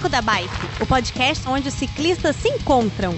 Beco da Bike, o podcast onde os ciclistas se encontram.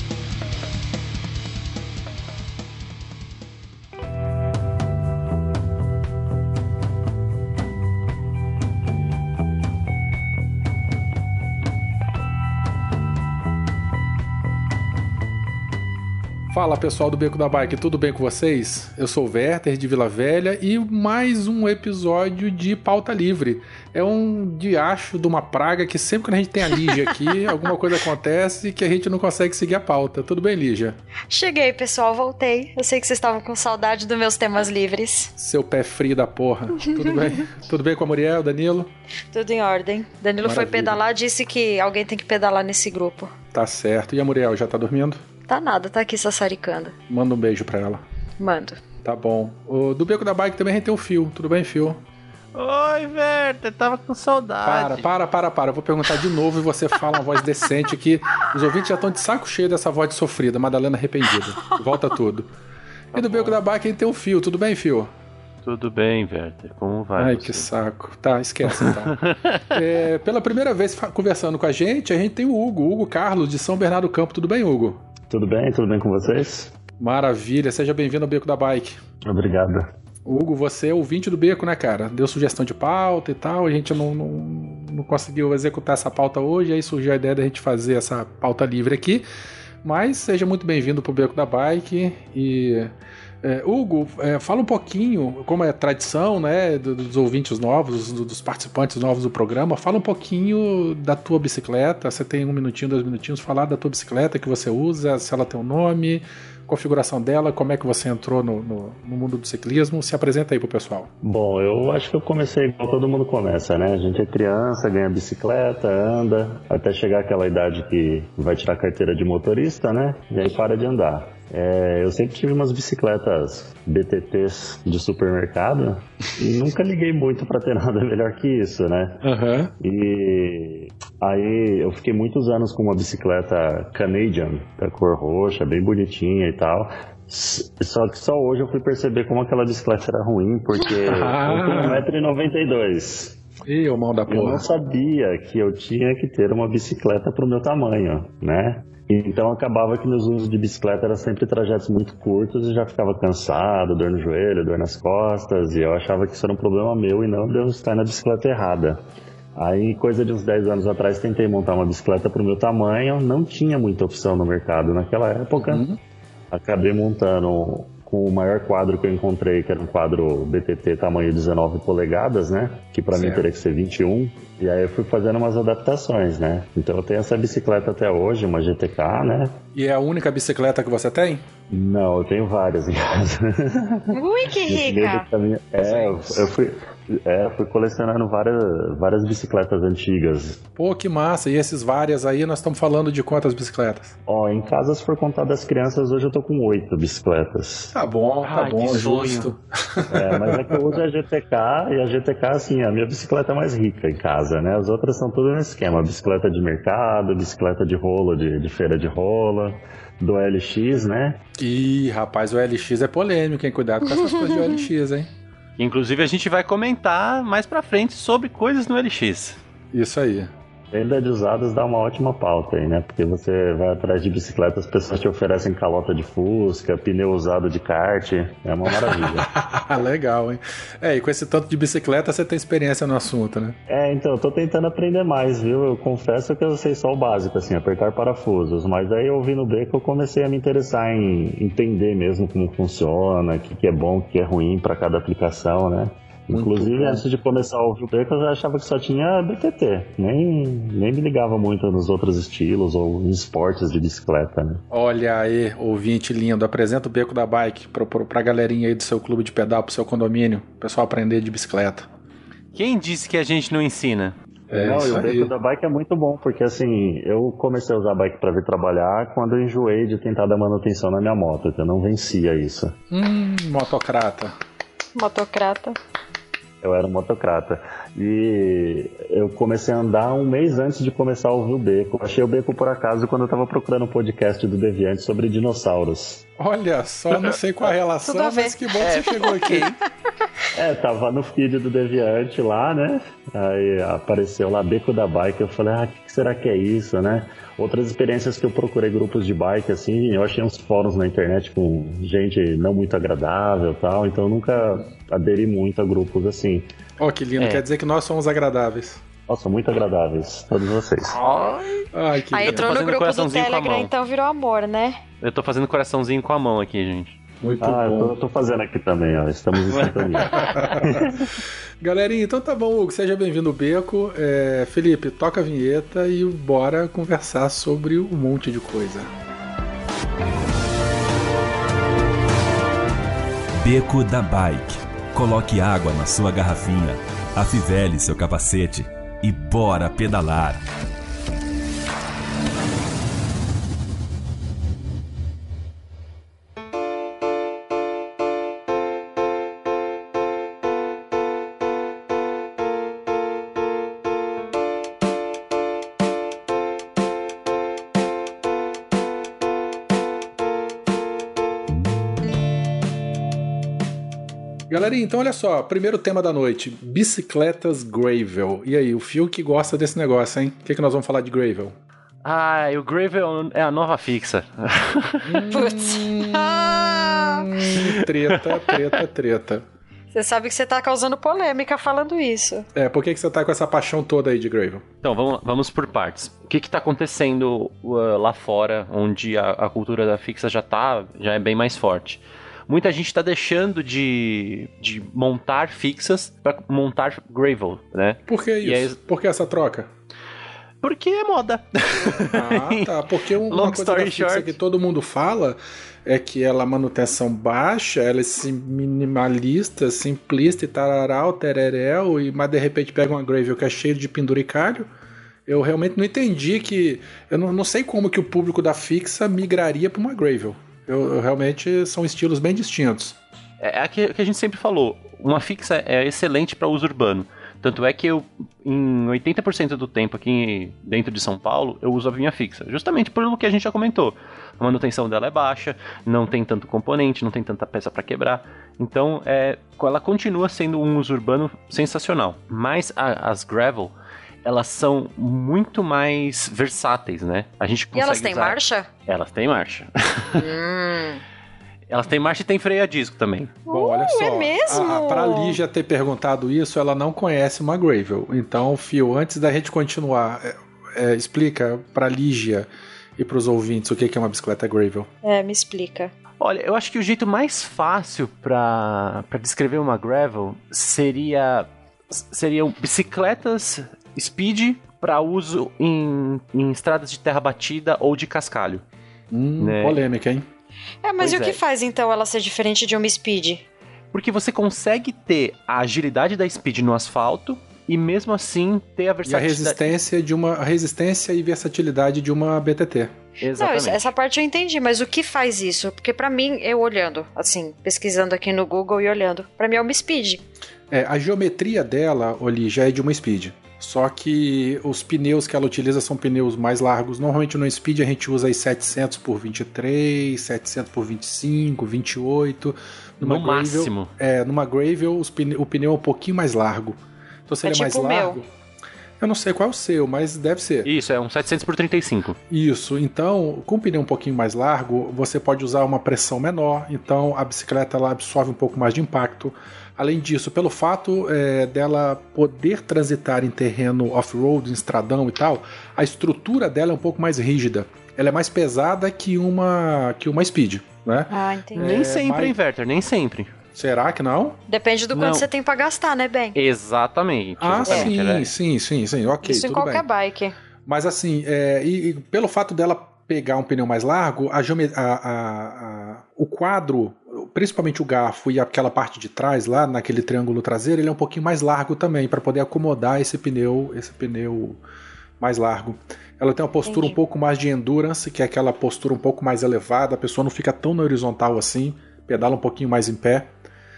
Fala pessoal do Beco da Bike, tudo bem com vocês? Eu sou o Werther de Vila Velha e mais um episódio de Pauta Livre. É um diacho de uma praga que sempre que a gente tem a Lígia aqui, alguma coisa acontece que a gente não consegue seguir a pauta. Tudo bem, Lígia? Cheguei, pessoal, voltei. Eu sei que vocês estavam com saudade dos meus temas livres. Seu pé frio da porra. Tudo bem? Tudo bem com a Muriel, Danilo? Tudo em ordem. Danilo Maravilha. Foi pedalar, disse que alguém tem que pedalar nesse grupo. Tá certo. E a Muriel, já tá dormindo? Tá nada, tá aqui sassaricando. Manda um beijo pra ela. Mando. Tá bom. Do Beco da Bike também a gente tem o Fio. Tudo bem, Fio? Oi, Werther, tava com saudade. Para. Eu vou perguntar de novo e você fala uma voz decente que os ouvintes já estão de saco cheio dessa voz de sofrida, Madalena arrependida. Volta tudo. E do Beco da Bike a gente tem o Fio. Tudo bem, Fio? Tudo bem, Werther. Como vai? Ai, você? Que saco. Tá, esquece então. Pela primeira vez conversando com a gente tem o Hugo Carlos, de São Bernardo do Campo. Tudo bem, Hugo? Tudo bem com vocês? Maravilha, seja bem-vindo ao Beco da Bike. Obrigado. Hugo, você é ouvinte do Beco, né, cara? Deu sugestão de pauta e tal, a gente não conseguiu executar essa pauta hoje, aí surgiu a ideia da gente fazer essa pauta livre aqui, mas seja muito bem-vindo pro Beco da Bike e... Hugo, fala um pouquinho, como é tradição, né, dos ouvintes novos, dos participantes novos do programa, fala um pouquinho da tua bicicleta, você tem 1 minutinho, 2 minutinhos, falar da tua bicicleta que você usa, se ela tem um nome, configuração dela, como é que você entrou no mundo do ciclismo, se apresenta aí pro pessoal. Bom, eu acho que eu comecei igual todo mundo começa, né, a gente é criança, ganha bicicleta, anda, até chegar aquela idade que vai tirar a carteira de motorista, né, e aí para de andar. Eu sempre tive umas bicicletas BTTs de supermercado e nunca liguei muito pra ter nada melhor que isso, né? Uhum. E aí eu fiquei muitos anos com uma bicicleta Canadian, da cor roxa, bem bonitinha e tal. Só que só hoje eu fui perceber como aquela bicicleta era ruim, porque eu tenho 1,92 m. Ih, o mão da porra. Eu não sabia que eu tinha que ter uma bicicleta pro meu tamanho, né? Então acabava que meus usos de bicicleta eram sempre trajetos muito curtos e já ficava cansado, dor no joelho, dor nas costas, e eu achava que isso era um problema meu e não de eu estar na bicicleta errada. Aí, coisa de uns 10 anos atrás, tentei montar uma bicicleta pro meu tamanho, não tinha muita opção no mercado naquela época. Acabei montando com o maior quadro que eu encontrei, que era um quadro BTT tamanho 19 polegadas, né? Que pra mim teria que ser 21. E aí eu fui fazendo umas adaptações, né? Então eu tenho essa bicicleta até hoje, uma GTK, né? E é a única bicicleta que você tem? Não, eu tenho várias em casa. Ui, que rica! Eu fui colecionando várias bicicletas antigas. Pô, que massa! E esses várias aí, nós estamos falando de quantas bicicletas? Em casa, se for contar das crianças, hoje eu tô com 8 bicicletas. Tá bom, justo. Mas é que eu uso a GTK, e a GTK, assim, é a minha bicicleta mais rica em casa, né? As outras são tudo no esquema, bicicleta de mercado, bicicleta de rolo, de feira de rola, do OLX, né? Ih, rapaz, o OLX é polêmico, hein? Cuidado com essas coisas de OLX, hein? Inclusive a gente vai comentar mais pra frente sobre coisas no LX. Isso aí. Venda de usadas dá uma ótima pauta aí, né? Porque você vai atrás de bicicleta, as pessoas te oferecem calota de Fusca, pneu usado de kart, é uma maravilha. Legal, hein? E com esse tanto de bicicleta você tem experiência no assunto, né? Então, eu tô tentando aprender mais, viu? Eu confesso que eu sei só o básico, assim, apertar parafusos, mas aí eu vi no Beco, eu comecei a me interessar em entender mesmo como funciona, o que é bom, o que é ruim para cada aplicação, né? Inclusive, antes de começar a ouvir o Beco, eu já achava que só tinha BTT. Nem me ligava muito nos outros estilos ou em esportes de bicicleta, né? Olha aí, ouvinte lindo. Apresenta o Beco da Bike pra galerinha aí do seu clube de pedal, pro seu condomínio. O pessoal aprender de bicicleta. Quem disse que a gente não ensina? E o Beco da Bike é muito bom, porque assim, eu comecei a usar a bike pra vir trabalhar quando eu enjoei de tentar dar manutenção na minha moto, que eu não vencia isso. Motocrata. Eu era um motocrata. E eu comecei a andar um mês antes de começar a ouvir o Beco. Achei o Beco por acaso quando eu tava procurando um podcast do Deviante sobre dinossauros. Olha só, não sei qual a relação, mas que bom que você chegou aqui. Tava no feed do Deviante lá, né? Aí apareceu lá Beco da Bike. Eu falei, o que será que é isso, né? Outras experiências que eu procurei grupos de bike, assim, eu achei uns fóruns na internet com gente não muito agradável e tal, então eu nunca aderi muito a grupos assim. Ó, que lindo, quer dizer que nós somos agradáveis. Nossa, muito agradáveis, todos vocês. Ai, que Aí lindo. entrou no grupo do Telegram, então virou amor, né? Eu tô fazendo coraçãozinho com a mão aqui, gente. Muito bom. Eu tô fazendo aqui também, ó. Estamos em sintonia. Galerinha, então tá bom, Hugo. Seja bem-vindo ao Beco. Felipe, toca a vinheta e bora conversar sobre um monte de coisa. Beco da Bike. Coloque água na sua garrafinha, afivele seu capacete e bora pedalar. Galerinha, então olha só, primeiro tema da noite, bicicletas Gravel. E aí, o Phil que gosta desse negócio, hein? O que nós vamos falar de Gravel? O Gravel é a nova fixa. Putz. Treta. Você sabe que você tá causando polêmica falando isso. Por que você tá com essa paixão toda aí de Gravel? Então, vamos por partes. O que tá acontecendo lá fora, onde a cultura da fixa já é bem mais forte? Muita gente está deixando de montar fixas para montar gravel, né? Por que isso? Por que essa troca? Porque é moda. Tá. Porque uma coisa da fixa que todo mundo fala é que ela é manutenção baixa, ela é minimalista, simplista e tararau, tereréu, mas de repente pega uma gravel que é cheia de penduricalho. Eu realmente não entendi que... Eu não sei como que o público da fixa migraria para uma gravel. Eu realmente são estilos bem distintos. É que a gente sempre falou, uma fixa é excelente para uso urbano. Tanto é que em 80% do tempo aqui dentro de São Paulo, eu uso a minha fixa. Justamente pelo que a gente já comentou. A manutenção dela é baixa, não tem tanto componente, não tem tanta peça para quebrar. Então, ela continua sendo um uso urbano sensacional. Mas as gravel, elas são muito mais versáteis, né? A gente consegue e elas têm marcha? Elas têm marcha. Elas têm marcha e tem freio a disco também. Bom, olha só. É mesmo? Pra Lígia ter perguntado isso, ela não conhece uma gravel. Então, Fio, antes da gente continuar, explica pra Lígia e pros ouvintes o que é uma bicicleta gravel. Me explica. Olha, eu acho que o jeito mais fácil pra descrever uma gravel seriam bicicletas speed para uso em estradas de terra batida ou de cascalho. Né? Polêmica, hein? Mas e o que faz então ela ser diferente de uma speed? Porque você consegue ter a agilidade da speed no asfalto e mesmo assim ter a versatilidade. E a resistência e versatilidade de uma BTT. Exatamente. Não, essa parte eu entendi, mas o que faz isso? Porque pra mim, eu olhando, assim, pesquisando aqui no Google e olhando, pra mim é uma speed. A geometria dela, Oli, já é de uma speed. Só que os pneus que ela utiliza são pneus mais largos. Normalmente no Speed a gente usa aí 700 por 23, 700 por 25, 28. No máximo. Numa Gravel o pneu é um pouquinho mais largo. Então se ele é mais largo... Eu não sei qual é o seu, mas deve ser. Isso, é um 700 por 35. Isso, então com o pneu um pouquinho mais largo, você pode usar uma pressão menor. Então a bicicleta ela absorve um pouco mais de impacto. Além disso, pelo fato dela poder transitar em terreno off-road, em estradão e tal, a estrutura dela é um pouco mais rígida. Ela é mais pesada que uma Speed, né? Entendi. Nem sempre, inverter, nem sempre. Será que não? Depende do quanto você tem pra gastar, né, Ben? Exatamente. Sim, ok, isso tudo em qualquer bem. bike. Mas assim, e pelo fato dela pegar um pneu mais largo, o quadro, principalmente o garfo e aquela parte de trás, lá naquele triângulo traseiro, ele é um pouquinho mais largo também, para poder acomodar esse pneu mais largo. Ela tem uma postura um pouco mais de endurance, que é aquela postura um pouco mais elevada, a pessoa não fica tão na horizontal assim, pedala um pouquinho mais em pé.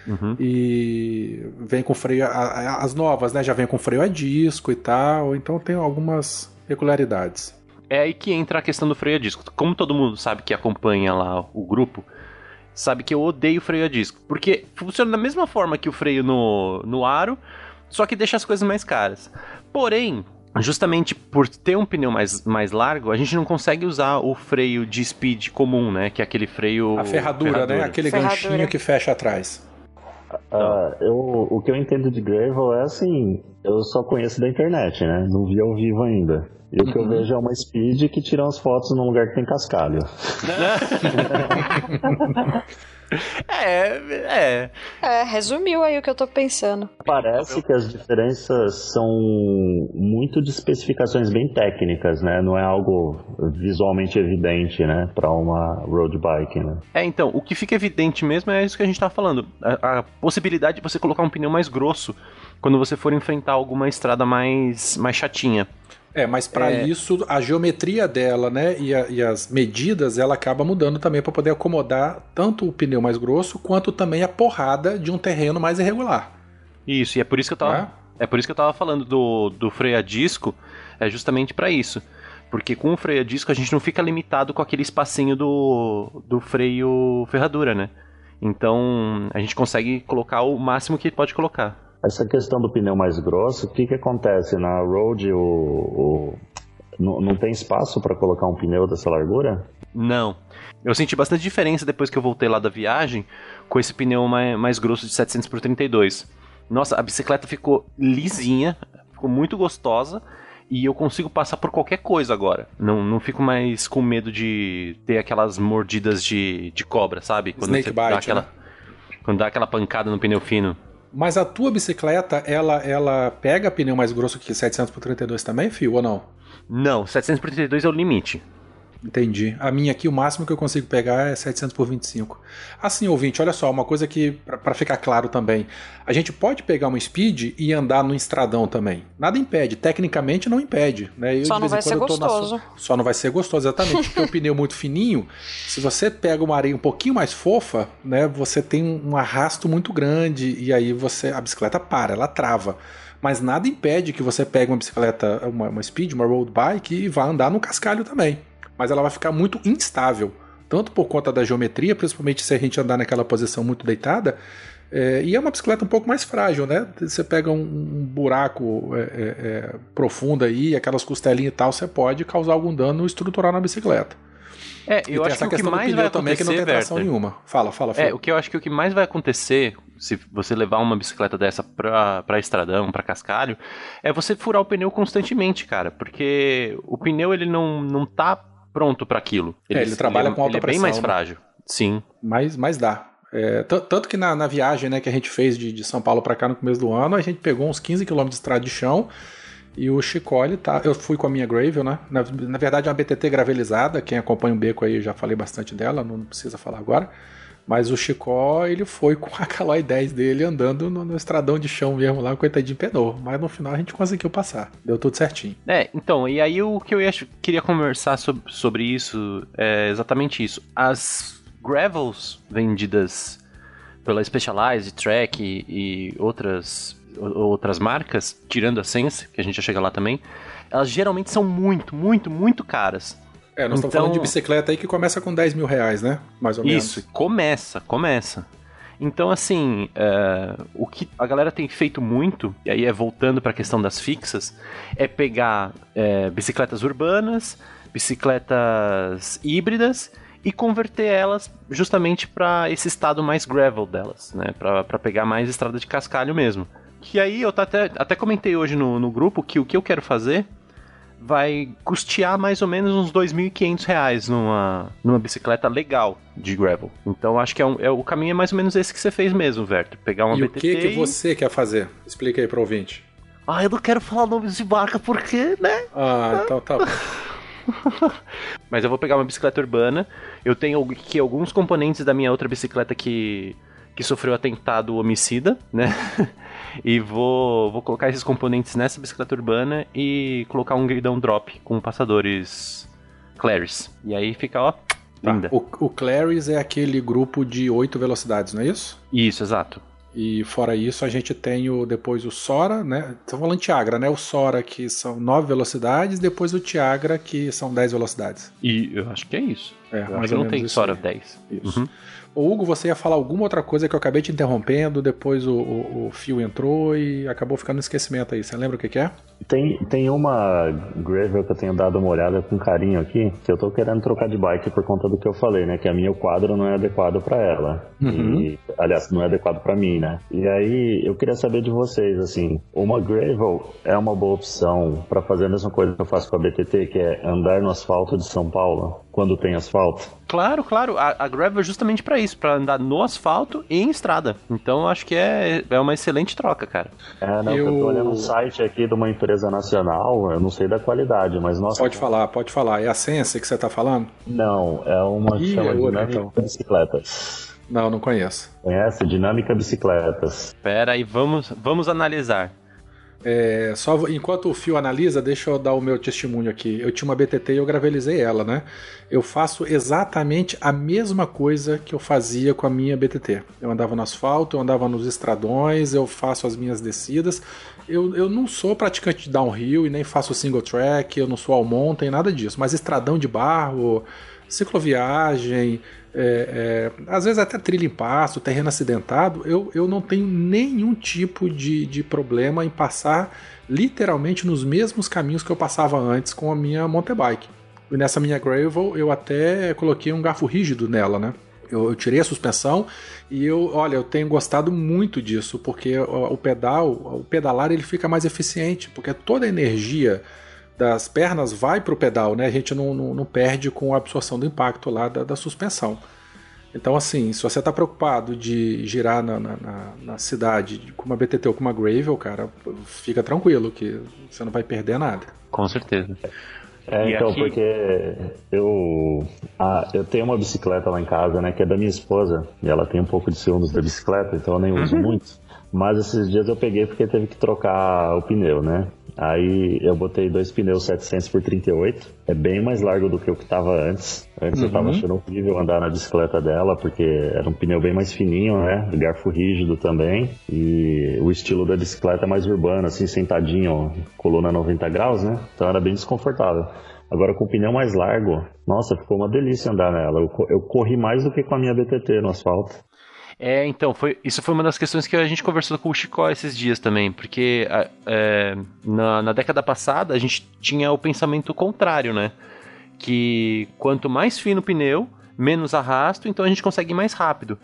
E vem com freio, as novas, né, já vem com freio a disco e tal, então tem algumas peculiaridades. É aí que entra a questão do freio a disco. Como todo mundo sabe que acompanha lá o grupo, sabe que eu odeio freio a disco. Porque funciona da mesma forma que o freio no aro, só que deixa as coisas mais caras. Porém, justamente por ter um pneu mais largo, a gente não consegue usar o freio de speed comum, né? Que é aquele freio... A ferradura, né? Aquele ganchinho que fecha atrás. O que eu entendo de gravel é assim, eu só conheço da internet, né? Não vi ao vivo ainda. E o que eu vejo é uma speed que tira umas fotos num lugar que tem cascalho. Resumiu aí o que eu tô pensando. Parece que as diferenças são muito de especificações bem técnicas, né? Não é algo visualmente evidente, né? Para uma road bike, né? Então, o que fica evidente mesmo é isso que a gente tá falando. A possibilidade de você colocar um pneu mais grosso quando você for enfrentar alguma estrada mais chatinha. Mas para isso, a geometria dela, né, e as medidas, ela acaba mudando também para poder acomodar tanto o pneu mais grosso, quanto também a porrada de um terreno mais irregular. Isso, e é por isso que eu tava falando do freio a disco, é justamente para isso. Porque com o freio a disco a gente não fica limitado com aquele espacinho do freio ferradura, né? Então a gente consegue colocar o máximo que pode colocar. Essa questão do pneu mais grosso, o que acontece? Na road não tem espaço para colocar um pneu dessa largura? Não. Eu senti bastante diferença depois que eu voltei lá da viagem com esse pneu mais grosso de 700/32. Nossa, a bicicleta ficou lisinha, ficou muito gostosa e eu consigo passar por qualquer coisa agora. Não fico mais com medo de ter aquelas mordidas de cobra, sabe? Quando Snake bite, né? Quando dá aquela pancada no pneu fino. Mas a tua bicicleta, ela pega pneu mais grosso que 700/32 também, Fio, ou não? Não, 700/32 é o limite. Entendi. A minha aqui, o máximo que eu consigo pegar é 700/25. Assim, ouvinte, olha só, uma coisa que, para ficar claro também, a gente pode pegar uma speed e andar no estradão também. Nada impede, tecnicamente não impede. Né? Só não vai ser gostoso. Só não vai ser gostoso, exatamente, porque o pneu muito fininho, se você pega uma areia um pouquinho mais fofa, né, você tem um arrasto muito grande e aí a bicicleta para, ela trava. Mas nada impede que você pegue uma bicicleta, uma speed, uma road bike e vá andar no cascalho também. Mas ela vai ficar muito instável, tanto por conta da geometria, principalmente se a gente andar naquela posição muito deitada, e é uma bicicleta um pouco mais frágil, né? Você pega um buraco profundo aí, aquelas costelinhas e tal, você pode causar algum dano estrutural na bicicleta. Eu acho que o que mais vai acontecer, também, que não tem tração nenhuma. Fala, filho. O que eu acho que o que mais vai acontecer, se você levar uma bicicleta dessa pra estradão, pra cascalho, é você furar o pneu constantemente, cara, porque o pneu ele não tá pronto para aquilo. Ele trabalha com alta pressão. Ele é bem mais frágil. Sim. Mas dá. Tanto que na viagem, né, que a gente fez de São Paulo para cá no começo do ano, a gente pegou uns 15 km de estrada de chão e o Chicole eu fui com a minha Gravel, né? Na verdade é uma BTT gravelizada, quem acompanha o Beco aí eu já falei bastante dela, não precisa falar agora. Mas o Chicó, ele foi com a Caloi 10 dele andando no estradão de chão mesmo lá, coitadinho penou. Mas no final a gente conseguiu passar. Deu tudo certinho. Então, e aí o que eu queria conversar sobre isso é exatamente isso. As gravels vendidas pela Specialized, Trek e outras marcas, tirando a Sense, que a gente já chega lá também, elas geralmente são muito, muito, muito caras. Nós estamos falando de bicicleta aí que começa com 10 mil reais, né? Mais ou menos. Isso, começa. Então, assim, o que a galera tem feito muito, e aí voltando para a questão das fixas, é pegar bicicletas urbanas, bicicletas híbridas e converter elas justamente para esse estado mais gravel delas, né? Para pegar mais estrada de cascalho mesmo. Que aí eu até comentei hoje no grupo que o que eu quero fazer vai custear mais ou menos uns R$2.500 numa bicicleta legal de gravel. Então acho que o caminho é mais ou menos esse que você fez mesmo, Verto. Pegar uma BTT. E o que você quer fazer? Explica aí pro ouvinte. Eu não quero falar nomes de marca porque, né? Então tá bom. Mas eu vou pegar uma bicicleta urbana. Eu tenho aqui alguns componentes da minha outra bicicleta que sofreu atentado homicida, né? E vou colocar esses componentes nessa bicicleta urbana e colocar um guidão drop com passadores Claris. E aí fica, ó, linda. O Claris é aquele grupo de 8 velocidades, não é isso? Isso, exato. E fora isso, a gente tem depois o Sora, né? Estamos falando Tiagra, né? O Sora, que são 9 velocidades, depois o Tiagra, que são 10 velocidades. E eu acho que é isso. Eu acho que não tem Sora 10. Isso. Uhum. Ô, Hugo, você ia falar alguma outra coisa que eu acabei te interrompendo, depois o fio entrou e acabou ficando no esquecimento aí. Você lembra o que é? Tem uma Gravel que eu tenho dado uma olhada com carinho aqui, que eu tô querendo trocar de bike por conta do que eu falei, né? Que a minha, o quadro não é adequado pra ela. E, aliás, não é adequado pra mim, né? E aí, eu queria saber de vocês, assim, uma Gravel é uma boa opção pra fazer a mesma coisa que eu faço com a BTT, que é andar no asfalto de São Paulo, quando tem asfalto? Claro. A Gravel é justamente pra isso, pra andar no asfalto e em estrada. Então eu acho que é uma excelente troca, cara. Eu tô olhando um site aqui de uma empresa nacional, eu não sei da qualidade, mas nossa... Pode falar. É a Sense que você tá falando? Não, é uma que chama Dinâmica Bicicletas. Não conheço. Conhece? Dinâmica Bicicletas. Pera aí, vamos analisar. Só enquanto o Fio analisa, deixa eu dar o meu testemunho aqui. Eu tinha uma BTT e eu gravelizei ela, né? Eu faço exatamente a mesma coisa que eu fazia com a minha BTT. Eu andava no asfalto, eu andava nos estradões, eu faço as minhas descidas. Eu não sou praticante de downhill e nem faço single track, eu não sou all mountain, nada disso. Mas estradão de barro, cicloviagem, às vezes até trilha em pasto, terreno acidentado, eu não tenho nenhum tipo de problema em passar literalmente nos mesmos caminhos que eu passava antes com a minha mountain bike. E nessa minha Gravel eu até coloquei um garfo rígido nela, né? Eu tirei a suspensão e eu tenho gostado muito disso, porque o pedalar ele fica mais eficiente, porque toda a energia das pernas vai para o pedal, né? A gente não perde com a absorção do impacto lá da suspensão. Então, assim, se você está preocupado de girar na cidade com uma BTT ou com uma Gravel, cara, fica tranquilo que você não vai perder nada. Com certeza. Então, aqui... porque eu tenho uma bicicleta lá em casa, né, que é da minha esposa, e ela tem um pouco de ciúmes da bicicleta, então eu nem uso muito. Mas esses dias eu peguei porque teve que trocar o pneu, né? Aí eu botei 2 pneus 700 por 38. É bem mais largo do que o que tava antes. Antes eu tava achando horrível andar na bicicleta dela, porque era um pneu bem mais fininho, né? Garfo rígido também. E o estilo da bicicleta é mais urbano, assim, sentadinho, coluna 90 graus, né? Então era bem desconfortável. Agora com o pneu mais largo, nossa, ficou uma delícia andar nela. Eu corri mais do que com a minha BTT no asfalto. Então, isso foi uma das questões que a gente conversou com o Chicó esses dias também, porque na década passada a gente tinha o pensamento contrário, né? Que quanto mais fino o pneu, menos arrasto, então a gente consegue ir mais rápido.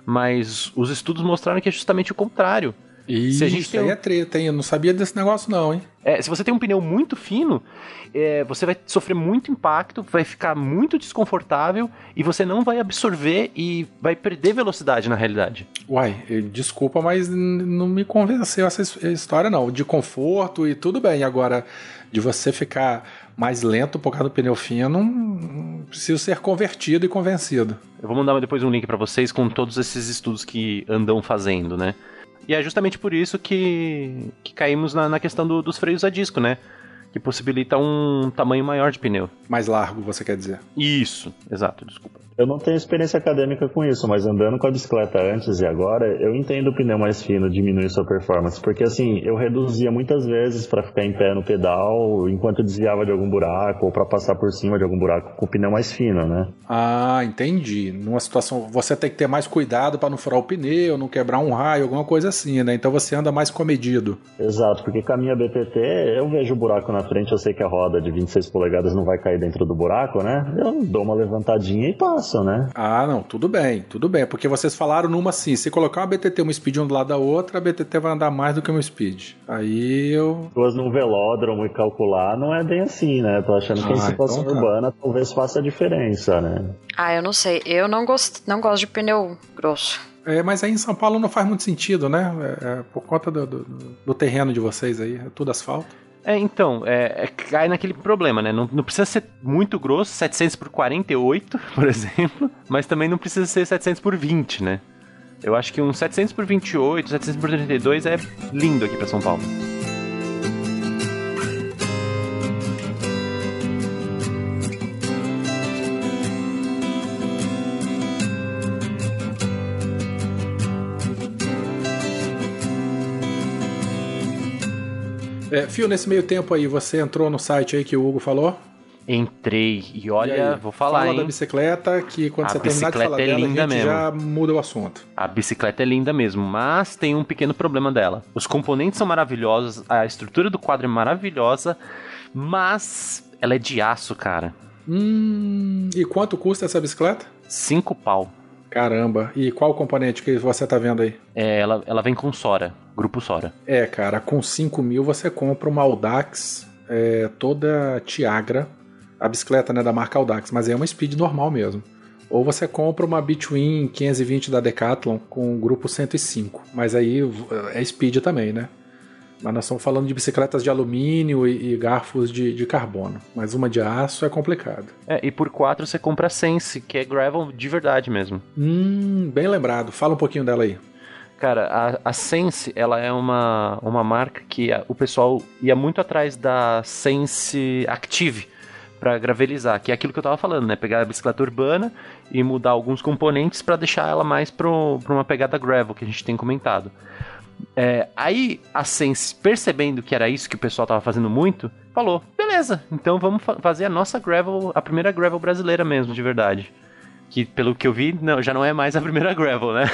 Mas os estudos mostraram que é justamente o contrário. Isso aí é treta, hein? Eu não sabia desse negócio não, hein? Se você tem um pneu muito fino, você vai sofrer muito impacto, vai ficar muito desconfortável e você não vai absorver e vai perder velocidade na realidade. Uai, desculpa, mas não me convenceu essa história não. De conforto e tudo bem, agora de você ficar mais lento por causa do pneu fino, não preciso ser convertido e convencido. Eu vou mandar depois um link para vocês com todos esses estudos que andam fazendo, né? E é justamente por isso que caímos na questão dos freios a disco, né? Que possibilita um tamanho maior de pneu. Mais largo, você quer dizer? Isso, exato, desculpa. Eu não tenho experiência acadêmica com isso, mas andando com a bicicleta antes e agora, eu entendo o pneu mais fino diminuir sua performance, porque assim, eu reduzia muitas vezes para ficar em pé no pedal enquanto desviava de algum buraco ou para passar por cima de algum buraco com o pneu mais fino, né? Ah, entendi. Numa situação, você tem que ter mais cuidado para não furar o pneu, não quebrar um raio, alguma coisa assim, né? Então você anda mais comedido. Exato, porque com a minha BTT, eu vejo o buraco na frente, eu sei que a roda de 26 polegadas não vai cair dentro do buraco, né? Eu dou uma levantadinha e passo, né? Ah, não, tudo bem, porque vocês falaram numa assim, se colocar uma BTT e uma Speed um do lado da outra, a BTT vai andar mais do que uma Speed. Aí eu... Duas num velódromo e calcular não é bem assim, né? Tô achando que em situação urbana talvez faça a diferença, né? Eu não sei, eu não gosto de pneu grosso. Mas aí em São Paulo não faz muito sentido, né? Por conta do terreno de vocês aí, é tudo asfalto. Então, cai naquele problema, né? Não precisa ser muito grosso, 700 por 48, por exemplo, mas também não precisa ser 700 por 20, né? Eu acho que um 700 por 28, 700 por 32 é lindo aqui pra São Paulo. Fio, nesse meio tempo aí, você entrou no site aí que o Hugo falou? Entrei e olha, vou falar, Fala hein? da bicicleta, que quando A você terminar de falar bicicleta é dela, a linda gente mesmo. já muda o assunto. A bicicleta é linda mesmo, mas tem um pequeno problema dela. Os componentes são maravilhosos, a estrutura do quadro é maravilhosa, mas ela é de aço, cara. E quanto custa essa bicicleta? 5 pau. Caramba, e qual o componente que você tá vendo aí? Ela vem com Sora, grupo Sora. Cara, com 5 mil você compra uma Audax toda Tiagra, a bicicleta, né, da marca Audax, mas é uma Speed normal mesmo. Ou você compra uma Between 520 da Decathlon com grupo 105, mas aí é Speed também, né? Mas nós estamos falando de bicicletas de alumínio e garfos de carbono, mas uma de aço é complicado. E por 4 você compra a Sense, que é gravel de verdade mesmo. Bem lembrado, fala um pouquinho dela aí. Cara, a Sense, ela é uma marca que o pessoal ia muito atrás da Sense Active para gravelizar, que é aquilo que eu tava falando, né? Pegar a bicicleta urbana e mudar alguns componentes para deixar ela mais pra uma pegada gravel, que a gente tem comentado. Aí a Sense, percebendo que era isso que o pessoal tava fazendo muito, falou, beleza, então vamos fazer a nossa gravel, a primeira gravel brasileira mesmo, de verdade. Que pelo que eu vi, já não é mais a primeira gravel, né?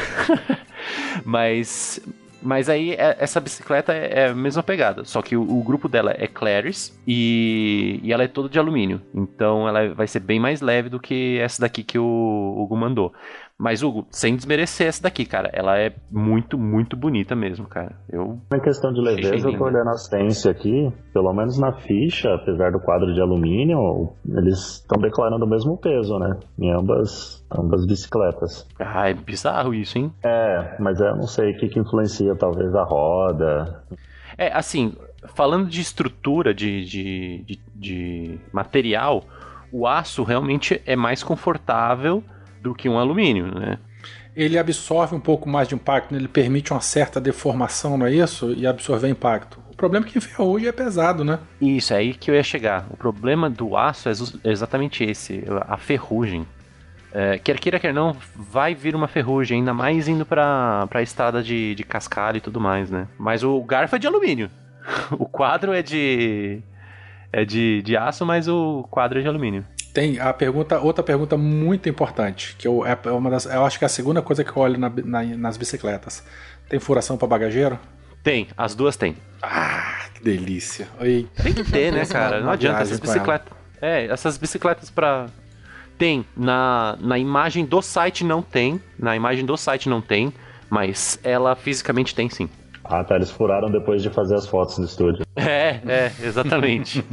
Mas aí essa bicicleta é a mesma pegada, só que o grupo dela é Claris e ela é toda de alumínio, então ela vai ser bem mais leve do que essa daqui que o Hugo mandou. Mas, Hugo, sem desmerecer essa daqui, cara, ela é muito, muito bonita mesmo, cara. Na questão de leveza, eu tô olhando a Sense aqui, pelo menos na ficha, apesar do quadro de alumínio, eles estão declarando o mesmo peso, né? Em ambas bicicletas. Ah, é bizarro isso, hein? Mas eu não sei o que influencia, talvez a roda. Assim, falando de estrutura, de material, o aço realmente é mais confortável do que um alumínio, né? Ele absorve um pouco mais de impacto, né? Ele permite uma certa deformação, não é isso? E absorver impacto. O problema é que ferrugem é pesado, né? Isso, é aí que eu ia chegar. O problema do aço é exatamente esse, a ferrugem. Quer queira, quer não, vai vir uma ferrugem, ainda mais indo pra estrada de cascalho e tudo mais, né? Mas o garfo é de alumínio. O quadro é de aço, mas o quadro é de alumínio. Tem outra pergunta muito importante, que eu acho que é a segunda coisa que eu olho nas bicicletas. Tem furação para bagageiro? Tem, as duas tem. Ah, que delícia. Oi. Tem que ter, né, cara? Não adianta, essas bicicletas. Essas bicicletas Tem, na imagem do site não tem. Na imagem do site não tem, mas ela fisicamente tem sim. Ah, tá, eles furaram depois de fazer as fotos no estúdio. Exatamente.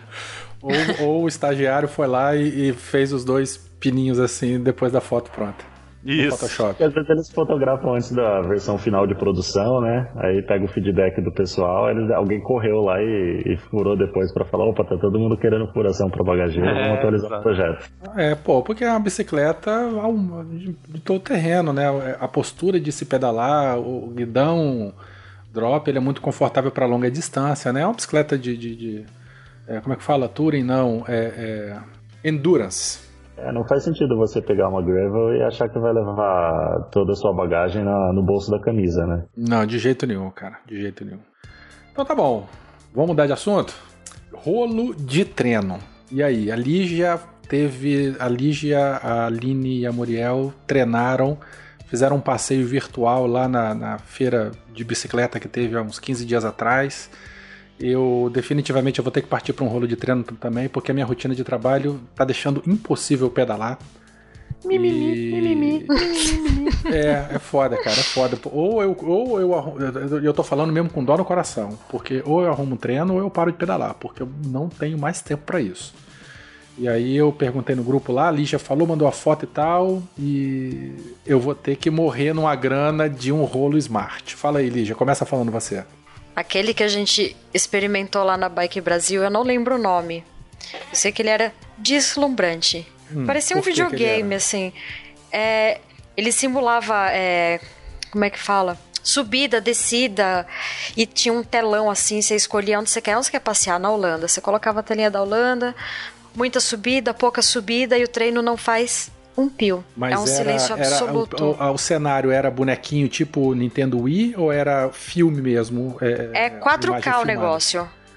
ou o estagiário foi lá e fez os dois pininhos assim depois da foto pronta. Isso. Photoshop. Às vezes eles fotografam antes da versão final de produção, né? Aí pega o feedback do pessoal, alguém correu lá e furou depois pra falar, opa, tá todo mundo querendo furação pra bagageiro, vamos atualizar o projeto. Porque é uma bicicleta de todo terreno, né? A postura de se pedalar, o guidão drop, ele é muito confortável para longa distância, né? É uma bicicleta como é que fala? Touring, não. Endurance. Não faz sentido você pegar uma gravel e achar que vai levar toda a sua bagagem no bolso da camisa, né? Não, de jeito nenhum, cara. De jeito nenhum. Então tá bom. Vamos mudar de assunto? Rolo de treino. E aí? A Lígia, a Aline e a Muriel treinaram, fizeram um passeio virtual lá na feira de bicicleta que teve há uns 15 dias atrás. Eu definitivamente vou ter que partir para um rolo de treino também, porque a minha rotina de trabalho tá deixando impossível pedalar. É foda, cara, é foda. Ou eu tô falando mesmo com dó no coração, porque ou eu arrumo um treino ou eu paro de pedalar, porque eu não tenho mais tempo para isso. E aí eu perguntei no grupo lá, a Lígia falou, mandou a foto e tal, e eu vou ter que morrer numa grana de um rolo Smart. Fala aí, Lígia, começa falando você. Aquele que a gente experimentou lá na Bike Brasil, eu não lembro o nome. Eu sei que ele era deslumbrante. Parecia um videogame, assim. Ele simulava, como é que fala? Subida, descida, e tinha um telão assim, você escolhia onde você quer passear na Holanda. Você colocava a telinha da Holanda, muita subida, pouca subida, e o treino não faz um pio. Mas um silêncio absoluto. O cenário era bonequinho tipo Nintendo Wii ou era filme mesmo? 4K o negócio.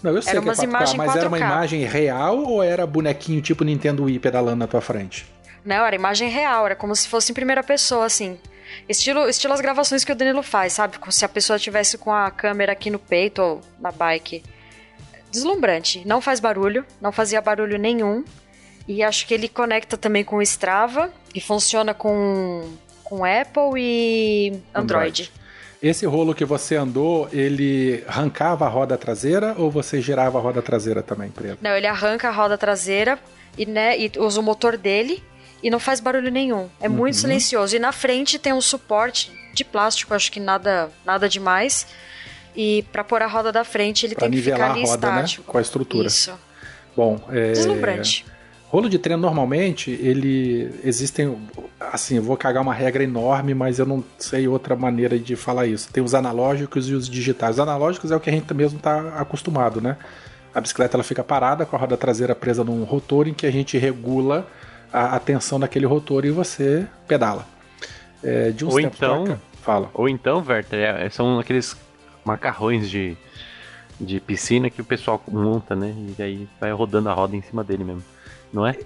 Não, eu sei era que é umas 4K, imagens mas 4K. era uma imagem real ou era bonequinho tipo Nintendo Wii pedalando na tua frente? Não, era imagem real, era como se fosse em primeira pessoa, assim. Estilo as gravações que o Danilo faz, sabe? Como se a pessoa estivesse com a câmera aqui no peito ou na bike. Deslumbrante. Não faz barulho, não fazia barulho nenhum. E acho que ele conecta também com o Strava, e funciona com Apple e Android. Esse rolo que você andou, ele arrancava a roda traseira ou você girava a roda traseira também, preto? Não, ele arranca a roda traseira e usa o motor dele e não faz barulho nenhum. É muito silencioso. E na frente tem um suporte de plástico, acho que nada demais. E pra pôr a roda da frente, ele tem que ficar ali estático. Né? Com a estrutura. Isso. Bom, Deslumbrante. Rolo de treino, normalmente, existem, assim, eu vou cagar uma regra enorme, mas eu não sei outra maneira de falar isso. Tem os analógicos e os digitais. Os analógicos é o que a gente mesmo está acostumado, né? A bicicleta ela fica parada com a roda traseira presa num rotor em que a gente regula a tensão daquele rotor e você pedala. De uns tempos pra cá. Fala. Ou então, Werther, são aqueles macarrões de piscina que o pessoal monta, né? E aí vai rodando a roda em cima dele mesmo. Não é?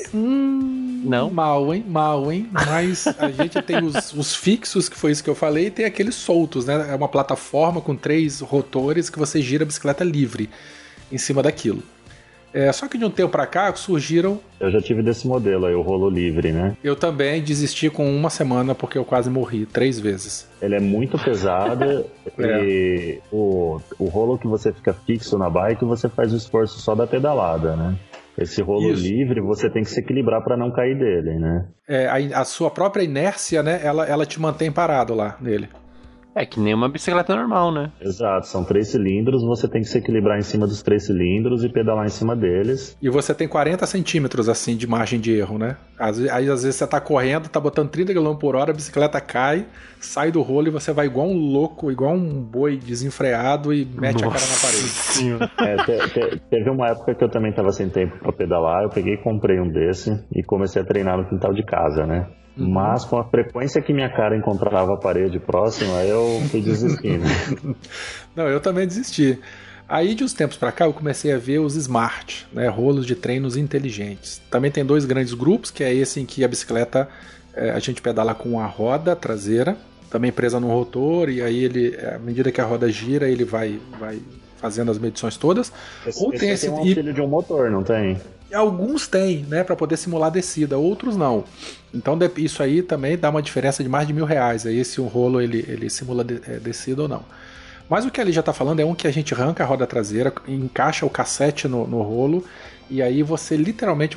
Não? Mal, hein? Mas a gente tem os fixos, que foi isso que eu falei, e tem aqueles soltos, né? É uma plataforma com 3 rotores que você gira a bicicleta livre em cima daquilo. Só que de um tempo pra cá surgiram... Eu já tive desse modelo aí, o rolo livre, né? Eu também desisti com 1 semana porque eu quase morri 3 vezes. Ele é muito pesado e o rolo que você fica fixo na bike, você faz o esforço só da pedalada, né? Esse rolo livre, você tem que se equilibrar para não cair dele, né? A sua própria inércia, né? Ela te mantém parado lá nele. É que nem uma bicicleta normal, né? Exato, são 3 cilindros, você tem que se equilibrar em cima dos 3 cilindros e pedalar em cima deles. E você tem 40 centímetros, assim, de margem de erro, né? Aí, às vezes, você tá correndo, tá botando 30 km por hora, a bicicleta cai, sai do rolo e você vai igual um louco, igual um boi desenfreado e mete a cara na parede. Teve uma época que eu também tava sem tempo pra pedalar, eu peguei e comprei um desse e comecei a treinar no quintal de casa, né? Mas com a frequência que minha cara encontrava a parede próxima, eu fui desistindo. Não, eu também desisti. Aí de uns tempos pra cá eu comecei a ver os Smart, né, rolos de treinos inteligentes. Também tem 2 grandes grupos, que é esse em que a bicicleta a gente pedala com a roda traseira, também presa no rotor, e aí ele, à medida que a roda gira, ele vai fazendo as medições todas. Ou tem esse um auxílio de um motor, não tem? Alguns têm, né, para poder simular descida, outros não. Então isso aí também dá uma diferença de mais de R$1.000, aí se um rolo ele simula descida ou não. Mas o que ele já está falando é um que a gente arranca a roda traseira, encaixa o cassete no rolo, e aí você literalmente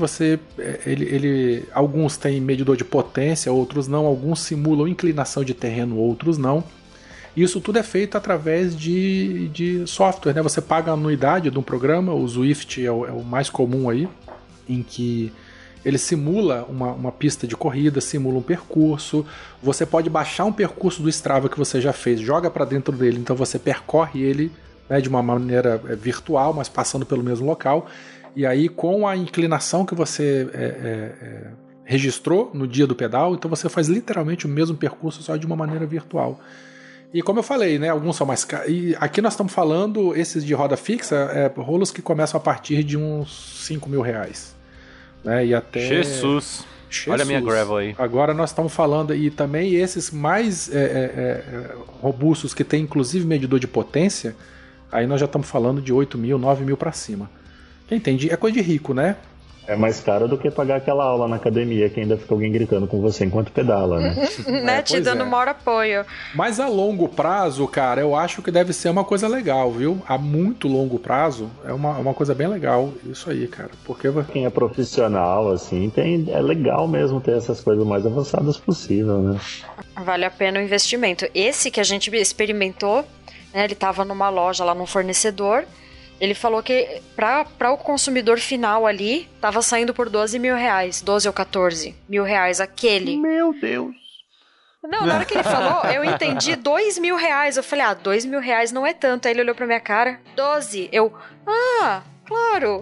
alguns têm medidor de potência, outros não, alguns simulam inclinação de terreno, outros não. Isso tudo é feito através de software, né? Você paga a anuidade de um programa, o Zwift é o mais comum aí, em que ele simula uma pista de corrida, simula um percurso. Você pode baixar um percurso do Strava que você já fez, joga para dentro dele, então você percorre ele, né, de uma maneira virtual, mas passando pelo mesmo local. E aí, com a inclinação que você registrou no dia do pedal, então você faz literalmente o mesmo percurso, só de uma maneira virtual. E como eu falei, né, alguns são mais caros. E aqui nós estamos falando, esses de roda fixa, rolos que começam a partir de uns R$5.000. Né, e até... Jesus! Olha a minha gravel aí. Agora nós estamos falando, e também esses mais robustos, que tem inclusive medidor de potência, aí nós já estamos falando de 8.000, 9.000 para cima. Quem entende? É coisa de rico, né? É mais caro do que pagar aquela aula na academia que ainda fica alguém gritando com você enquanto pedala, né? Né? Te dando o maior apoio. Mas a longo prazo, cara, eu acho que deve ser uma coisa legal, viu? A muito longo prazo é uma coisa bem legal. Isso aí, cara. Porque quem é profissional, assim, é legal mesmo ter essas coisas mais avançadas possível, né? Vale a pena o investimento. Esse que a gente experimentou, né? Ele tava numa loja lá, num fornecedor. Ele falou que para o consumidor final ali, tava saindo por R$12.000, 12 ou 14 mil reais aquele. Meu Deus! Não, na hora que ele falou, eu entendi R$2.000. Eu falei, R$2.000 não é tanto. Aí ele olhou pra minha cara, 12. Claro!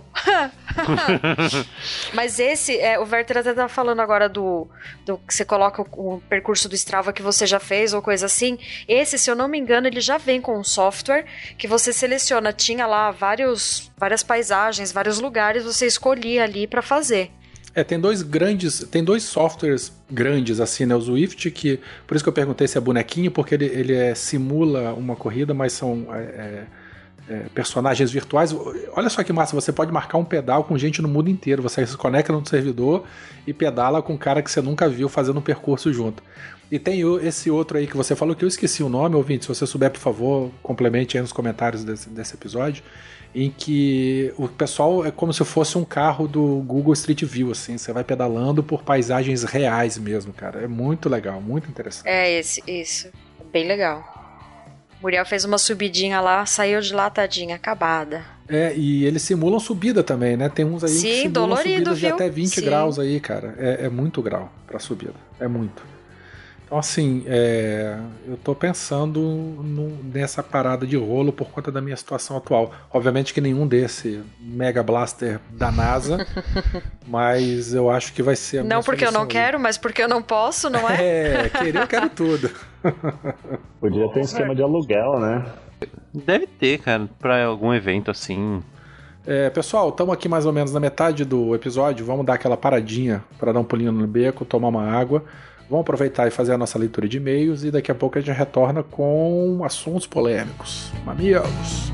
Mas esse, o Werther até tá falando agora do que você coloca o percurso do Strava que você já fez ou coisa assim. Esse, se eu não me engano, ele já vem com um software que você seleciona. Tinha lá várias paisagens, vários lugares, você escolhia ali pra fazer. Tem dois softwares grandes, assim, né? O Zwift, que por isso que eu perguntei se é bonequinho, porque ele simula uma corrida, mas são personagens virtuais. Olha só que massa, você pode marcar um pedal com gente no mundo inteiro. Você se conecta no servidor e pedala com um cara que você nunca viu fazendo um percurso junto. E tem esse outro aí que você falou que eu esqueci o nome, ouvinte. Se você souber, por favor, complemente aí nos comentários desse episódio. Em que o pessoal é como se fosse um carro do Google Street View, assim. Você vai pedalando por paisagens reais mesmo, cara. É muito legal, muito interessante. Isso. É bem legal. Muriel fez uma subidinha lá, saiu de lá, tadinha, acabada. E eles simulam subida também, né? Tem uns aí que simulam dolorido, subidas de até 20 graus aí, cara. É muito grau pra subida. É muito. Então, assim, eu tô pensando nessa parada de rolo por conta da minha situação atual. Obviamente que nenhum desse Mega Blaster da NASA, mas eu acho que vai ser a minha Não porque eu não aí. quero, mas porque eu não posso, não é? Querer eu quero tudo. Podia ter um esquema de aluguel, né? Deve ter, cara, pra algum evento assim. Pessoal, estamos aqui mais ou menos na metade do episódio. Vamos dar aquela paradinha para dar um pulinho no beco, tomar uma água. Vamos aproveitar e fazer a nossa leitura de e-mails e daqui a pouco a gente retorna com assuntos polêmicos. Mamilos!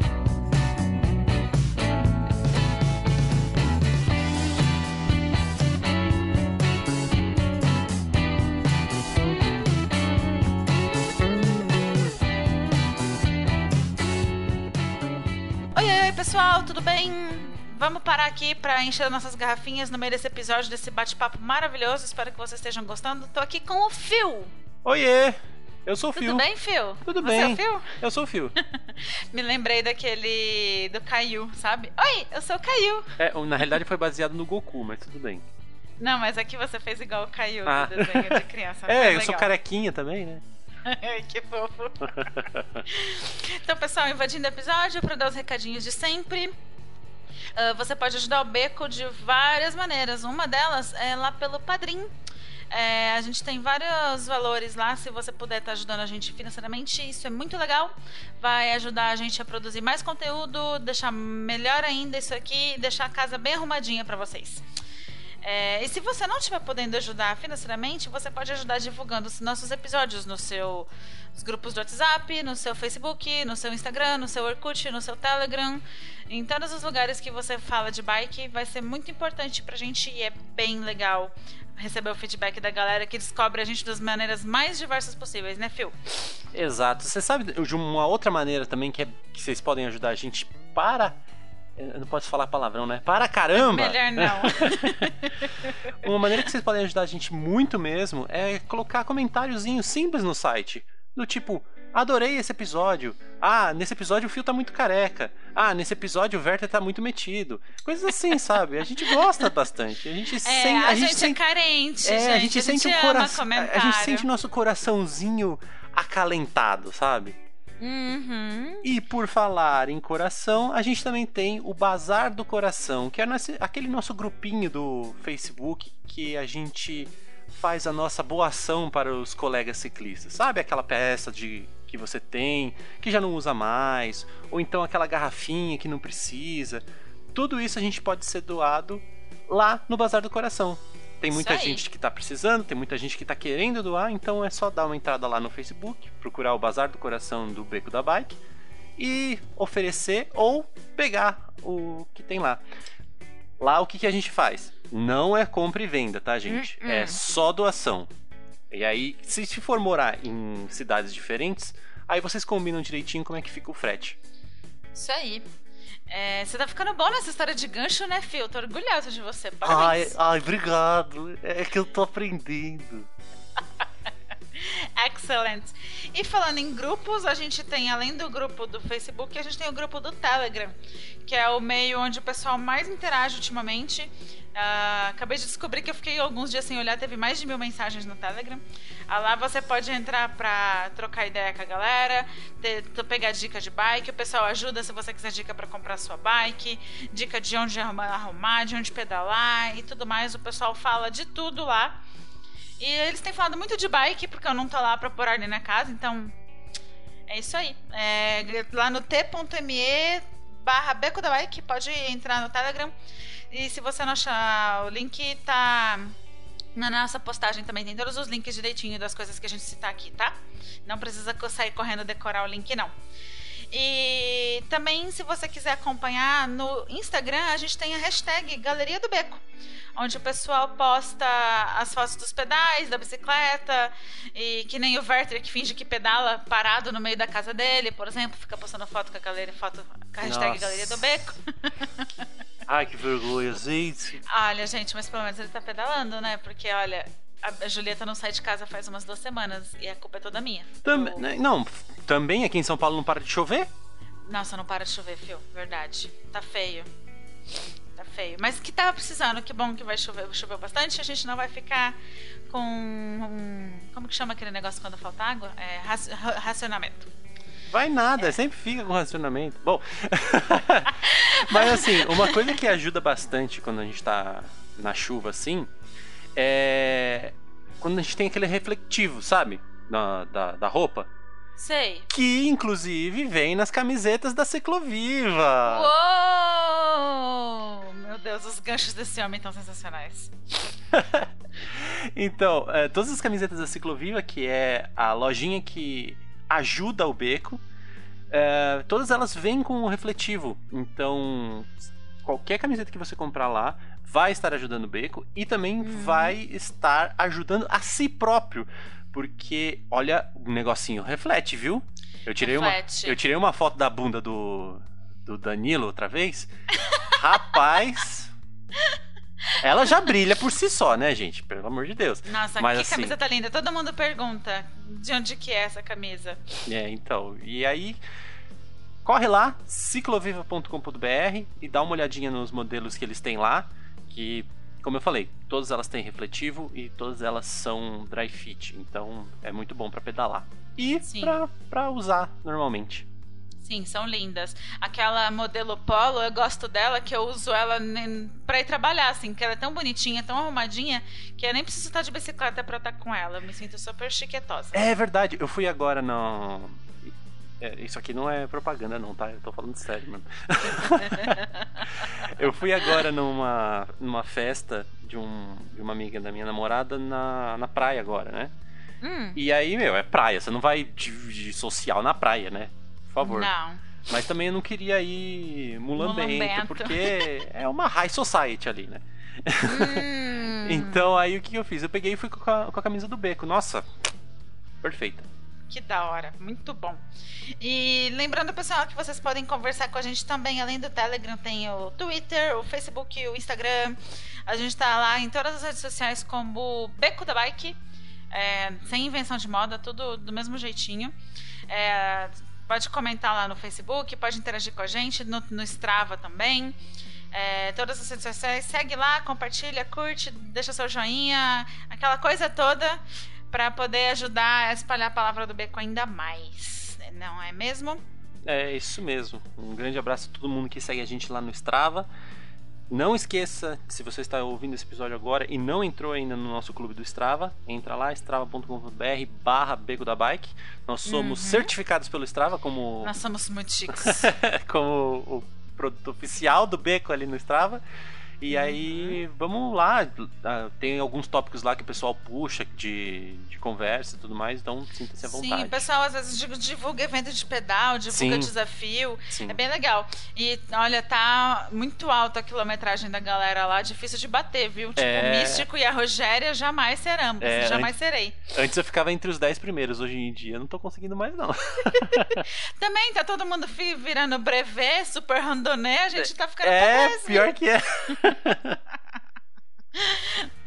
Oi, pessoal, tudo bem? Vamos parar aqui para encher nossas garrafinhas no meio desse episódio, desse bate-papo maravilhoso. Espero que vocês estejam gostando. Tô aqui com o Phil. Oiê! Eu sou o Phil. Tudo bem, Phil? Tudo Você bem. é o Phil? Eu sou o Phil. Me lembrei do Caillou, sabe? Oi, eu sou o Caillou. Na realidade foi baseado no Goku, mas tudo bem. Não, mas aqui você fez igual o Caillou do desenho de criança. Eu sou carequinha também, né? Que fofo. Então, pessoal, invadindo o episódio para dar os recadinhos de sempre. Você pode ajudar o Beco de várias maneiras. Uma delas é lá pelo Padrim. A gente tem vários valores lá. Se você puder estar ajudando a gente financeiramente, isso é muito legal. Vai ajudar a gente a produzir mais conteúdo, deixar melhor ainda isso aqui, deixar a casa bem arrumadinha para vocês. E se você não estiver podendo ajudar financeiramente, você pode ajudar divulgando os nossos episódios nos grupos do WhatsApp, no seu Facebook, no seu Instagram, no seu Orkut, no seu Telegram, em todos os lugares que você fala de bike. Vai ser muito importante pra gente e é bem legal receber o feedback da galera que descobre a gente das maneiras mais diversas possíveis, né, Phil? Exato. Você sabe de uma outra maneira também que vocês podem ajudar a gente para... Eu não posso falar palavrão, né? Para caramba! Melhor não. Uma maneira que vocês podem ajudar a gente muito mesmo é colocar comentáriozinho simples no site. Do tipo, adorei esse episódio. Nesse episódio o Phil tá muito careca. Nesse episódio o Werther tá muito metido. Coisas assim, sabe? A gente gosta bastante. A gente gente é carente, gente. A gente sente o coração. Comentário. A gente sente o nosso coraçãozinho acalentado, sabe? Uhum. E por falar em coração, a gente também tem o Bazar do Coração, que é aquele nosso grupinho do Facebook que a gente faz a nossa boa ação para os colegas ciclistas. Sabe aquela peça que você tem, que já não usa mais, ou então aquela garrafinha que não precisa. Tudo isso a gente pode ser doado lá no Bazar do Coração. Tem muita gente que tá precisando, tem muita gente que tá querendo doar, então é só dar uma entrada lá no Facebook, procurar o Bazar do Coração do Beco da Bike e oferecer ou pegar o que tem lá. Lá o que a gente faz? Não é compra e venda, tá, gente? É só doação. E aí, se for morar em cidades diferentes, aí vocês combinam direitinho como é que fica o frete. Isso aí. Você tá ficando bom nessa história de gancho, né, Phil? Tô orgulhosa de você. Parabéns. Ai, obrigado. É que eu tô aprendendo. Excellent. E falando em grupos, a gente tem, além do grupo do Facebook, a gente tem o grupo do Telegram, que é o meio onde o pessoal mais interage ultimamente. Acabei de descobrir que eu fiquei alguns dias sem olhar, teve mais de 1000 mensagens no Telegram. Lá você pode entrar pra trocar ideia com a galera, pegar dica de bike, o pessoal ajuda se você quiser dica pra comprar sua bike, dica de onde arrumar, de onde pedalar e tudo mais. O pessoal fala de tudo lá. E eles têm falado muito de bike, porque eu não tô lá pra pôr ordem na casa, então é isso aí. Lá no t.me/Beco da Bike, pode entrar no Telegram. E se você não achar, o link tá na nossa postagem também. Tem todos os links direitinho das coisas que a gente citar aqui, tá? Não precisa sair correndo decorar o link, não. E também, se você quiser acompanhar no Instagram, a gente tem a hashtag Galeria do Beco, onde o pessoal posta as fotos dos pedais, da bicicleta, e que nem o Werther, que finge que pedala parado no meio da casa dele, por exemplo, fica postando foto com a hashtag Galeria do Beco. Ai, que vergonha, gente. Olha, gente, mas pelo menos ele tá pedalando, né? Porque, olha, a Julieta não sai de casa faz umas 2 semanas e a culpa é toda minha. Também aqui em São Paulo não para de chover? Nossa, não para de chover, fio. Verdade. Tá feio. Tá feio. Mas que tava precisando, que bom que vai chover. Choveu bastante, a gente não vai ficar com... Como que chama aquele negócio quando falta água? Racionamento. Vai nada, sempre fica com racionamento. Bom, mas assim, uma coisa que ajuda bastante quando a gente tá na chuva assim, é quando a gente tem aquele refletivo, sabe? Da roupa. Sei. Que inclusive vem nas camisetas da Cicloviva. Uou! Meu Deus, os ganchos desse homem estão sensacionais. Então, todas as camisetas da Cicloviva, que é a lojinha que ajuda o Beco, todas elas vêm com um refletivo. Então, qualquer camiseta que você comprar lá vai estar ajudando o Beco e também vai estar ajudando a si próprio. Porque, olha, o negocinho reflete, viu? Eu tirei uma foto da bunda do Danilo outra vez. Rapaz... Ela já brilha por si só, né, gente? Pelo amor de Deus. Nossa, mas, que assim, camisa tá linda. Todo mundo pergunta de onde que é essa camisa. Então. E aí, corre lá, cicloviva.com.br e dá uma olhadinha nos modelos que eles têm lá. Que, como eu falei, todas elas têm refletivo e todas elas são dry fit. Então, é muito bom pra pedalar. E pra usar normalmente. Sim, são lindas. Aquela modelo Polo, eu gosto dela, que eu uso ela pra ir trabalhar, assim, que ela é tão bonitinha, tão arrumadinha, que eu nem preciso estar de bicicleta pra estar com ela. Eu me sinto super chiquetosa. É verdade, eu fui agora no... isso aqui não é propaganda não, tá? Eu tô falando sério mesmo. Eu fui agora numa festa de uma amiga da minha namorada na praia agora, né? E aí, é praia, você não vai de social na praia, né? Por favor. Não. Mas também eu não queria ir mulambento, porque é uma high society ali, né? Então aí o que eu fiz? Eu peguei e fui com a camisa do Beco. Nossa, perfeita. Que da hora, muito bom. E lembrando, pessoal, que vocês podem conversar com a gente também, além do Telegram, tem o Twitter, o Facebook, o Instagram. A gente tá lá em todas as redes sociais como Beco da Bike, sem invenção de moda, tudo do mesmo jeitinho. Pode comentar lá no Facebook, pode interagir com a gente, no Strava também. Todas as redes sociais, segue lá, compartilha, curte, deixa seu joinha, aquela coisa toda, para poder ajudar a espalhar a palavra do Beco ainda mais. Não é mesmo? É isso mesmo. Um grande abraço a todo mundo que segue a gente lá no Strava. Não esqueça, se você está ouvindo esse episódio agora e não entrou ainda no nosso clube do Strava, entra lá, strava.com.br/Beco da Bike. Nós somos certificados pelo Strava como... Nós somos muito chiques. Como o produto oficial do Beco ali no Strava. E aí, vamos lá. Tem alguns tópicos lá que o pessoal puxa de conversa e tudo mais, então sinta-se à vontade. Sim, o pessoal às vezes divulga evento de pedal, divulga desafio. Sim. É bem legal. E olha, tá muito alta a quilometragem da galera lá, difícil de bater, viu? Tipo, o Místico e a Rogéria jamais seremos. Jamais serei. Antes eu ficava entre os 10 primeiros, hoje em dia eu não tô conseguindo mais, não. Também tá todo mundo virando brevet, super randonné, a gente tá ficando pra trás. Pior que é.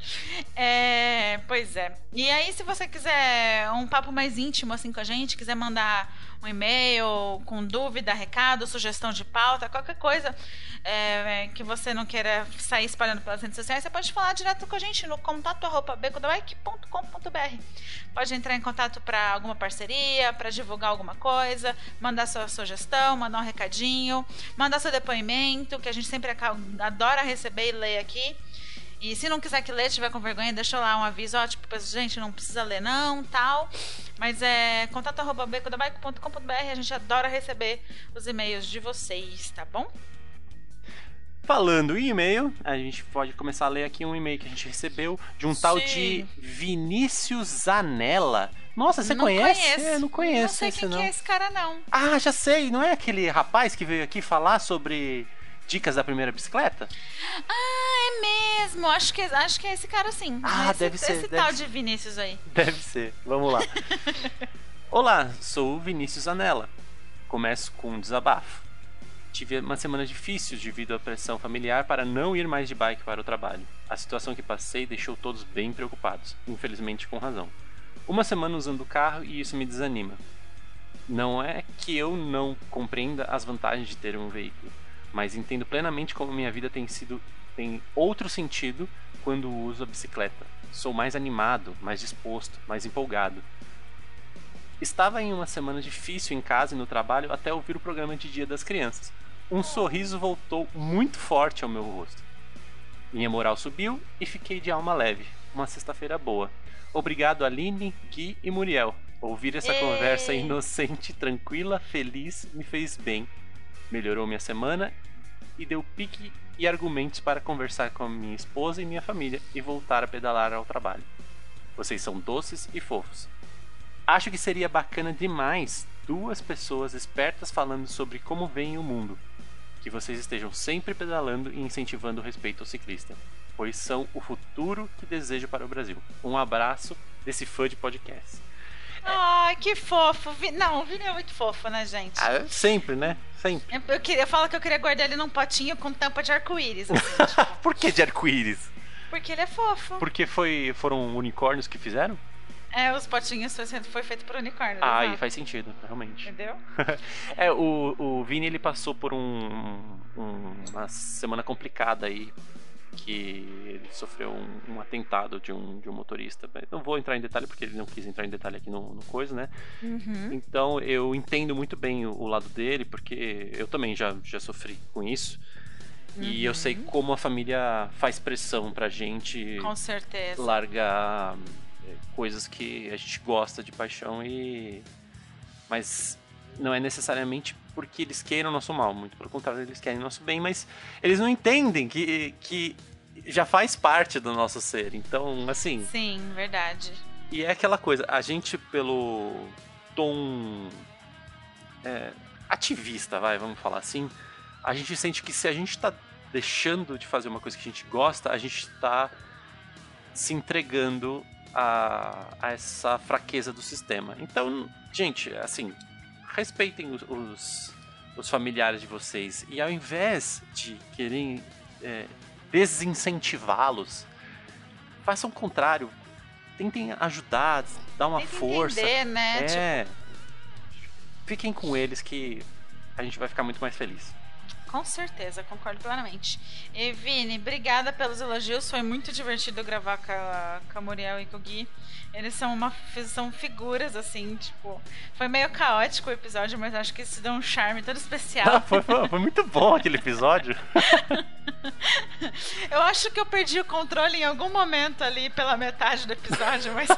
Pois é. E aí, se você quiser um papo mais íntimo assim com a gente, quiser mandar um e-mail com dúvida, recado, sugestão de pauta, qualquer coisa que você não queira sair espalhando pelas redes sociais, você pode falar direto com a gente no contato@becodabike.com.br. Pode entrar em contato para alguma parceria, para divulgar alguma coisa, mandar sua sugestão, mandar um recadinho, mandar seu depoimento, que a gente sempre adora receber e ler aqui. E se não quiser que lê, tiver com vergonha, deixa lá um aviso, gente, não precisa ler não, tal. Mas contato@becodabike.com.br, a gente adora receber os e-mails de vocês, tá bom? Falando em e-mail, a gente pode começar a ler aqui um e-mail que a gente recebeu de um tal de Vinícius Zanella. Nossa, você conhece? Eu não conheço. Não sei quem que é esse cara, não. Ah, já sei. Não é aquele rapaz que veio aqui falar sobre dicas da primeira bicicleta? Ah, é mesmo. Acho que é esse cara sim. Deve ser. Esse tal de Vinícius aí. Deve ser. Vamos lá. Olá, sou o Vinícius Zanella. Começo com um desabafo. Tive uma semana difícil devido à pressão familiar para não ir mais de bike para o trabalho. A situação que passei deixou todos bem preocupados, infelizmente com razão. Uma semana usando o carro e isso me desanima. Não é que eu não compreenda as vantagens de ter um veículo, mas entendo plenamente como minha vida tem outro sentido quando uso a bicicleta. Sou mais animado, mais disposto, mais empolgado. Estava em uma semana difícil em casa e no trabalho até ouvir o programa de Dia das Crianças. Um sorriso voltou muito forte ao meu rosto. Minha moral subiu e fiquei de alma leve. Uma sexta-feira boa. Obrigado, Aline, Gui e Muriel. Ouvir essa conversa inocente, tranquila, feliz, me fez bem. Melhorou minha semana e deu pique e argumentos para conversar com a minha esposa e minha família e voltar a pedalar ao trabalho. Vocês são doces e fofos. Acho que seria bacana demais 2 pessoas espertas falando sobre como veem o mundo. Que vocês estejam sempre pedalando e incentivando o respeito ao ciclista, pois são o futuro que desejo para o Brasil. Um abraço desse fã de podcast. Ai, que fofo. O Vini é muito fofo, né, gente? Sempre, né? Sempre. Eu falo que eu queria guardar ele num potinho com tampa de arco-íris. Assim, tipo. Por que de arco-íris? Porque ele é fofo. Porque foram unicórnios que fizeram? Os potinhos foi feito por unicórnio. E faz sentido, realmente. Entendeu? O Vini, ele passou por uma semana complicada aí, que ele sofreu um atentado de um motorista. Não vou entrar em detalhe, porque ele não quis entrar em detalhe aqui no coisa, né? Uhum. Então, eu entendo muito bem o lado dele, porque eu também já sofri com isso. Uhum. E eu sei como a família faz pressão pra gente... Com certeza. Largar... coisas que a gente gosta de paixão mas não é necessariamente porque eles queiram o nosso mal, muito pelo contrário, eles querem o nosso bem, mas eles não entendem que já faz parte do nosso ser, então assim... Sim, verdade. E é aquela coisa, a gente pelo tom ativista, vamos falar assim, a gente sente que se a gente tá deixando de fazer uma coisa que a gente gosta, a gente tá se entregando a essa fraqueza do sistema. Então, gente, assim, respeitem os familiares de vocês e ao invés de querem desincentivá-los, façam o contrário, tentem ajudar, dar uma força. Entender, né? Fiquem com eles que a gente vai ficar muito mais feliz. Com certeza, concordo plenamente. E Vini, obrigada pelos elogios. Foi muito divertido gravar com a Muriel e com o Gui. Eles são figuras, assim, tipo... Foi meio caótico o episódio, mas acho que isso deu um charme todo especial. Foi muito bom aquele episódio. Eu acho que eu perdi o controle em algum momento ali pela metade do episódio, mas...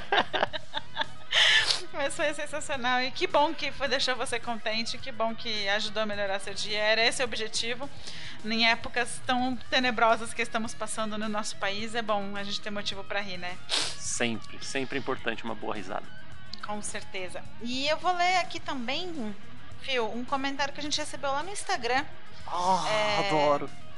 Mas foi sensacional. E que bom que deixou você contente. Que bom que ajudou a melhorar seu dia. Era esse o objetivo. Em épocas tão tenebrosas que estamos passando no nosso país, é bom a gente ter motivo pra rir, né? Sempre é importante uma boa risada. Com certeza. E eu vou ler aqui também, Fio, um comentário que a gente recebeu lá no Instagram. Adoro.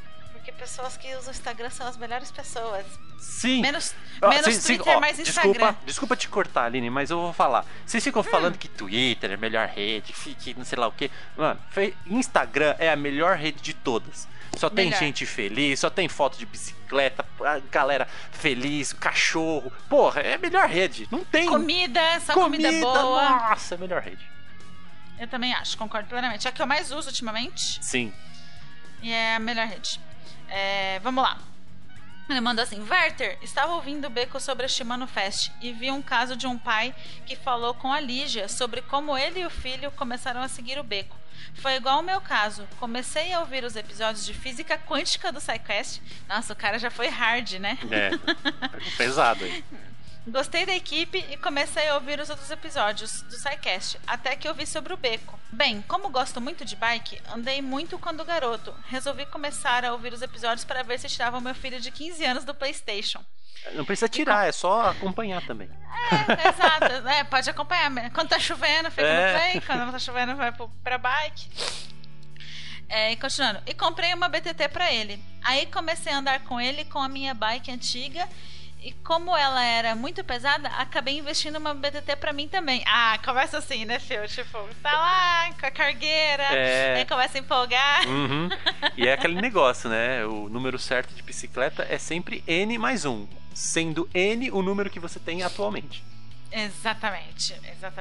porque pessoas que usam o Instagram são as melhores pessoas. Sim. Menos Twitter, mais Instagram. Desculpa te cortar, Aline, mas eu vou falar. Vocês ficam falando que Twitter é a melhor rede, que não sei lá o quê. Mano, Instagram é a melhor rede de todas. Só tem gente feliz, só tem foto de bicicleta, a galera feliz, cachorro. Porra, é a melhor rede. Não tem. Comida boa. Nossa, é a melhor rede. Eu também acho, concordo plenamente. É a que eu mais uso ultimamente. Sim. E é a melhor rede. Vamos lá. Ele mandou assim: Werther, estava ouvindo o Beco sobre a Shimano Fest e vi um caso de um pai que falou com a Lígia sobre como ele e o filho começaram a seguir o Beco. Foi igual ao meu caso. Comecei a ouvir os episódios de física quântica do SciCast. Nossa, o cara já foi hard, né? Pesado aí. Gostei da equipe e comecei a ouvir os outros episódios do SciCast, até que eu vi sobre o Beco. Bem, como gosto muito de bike, andei muito quando garoto. Resolvi começar a ouvir os episódios para ver se tirava o meu filho de 15 anos do PlayStation. Não precisa tirar, é só acompanhar também. Exato. Pode acompanhar. Quando tá chovendo, fica no play. Quando não tá chovendo, vai pra bike. E continuando. E comprei uma BTT pra ele. Aí comecei a andar com ele com a minha bike antiga. E como ela era muito pesada, acabei investindo uma BTT pra mim também. Começa assim, né, Phil? Tipo, tá lá com a cargueira, aí começa a empolgar. Uhum. E é aquele negócio, né? O número certo de bicicleta é sempre N mais 1, sendo N o número que você tem atualmente. Exatamente.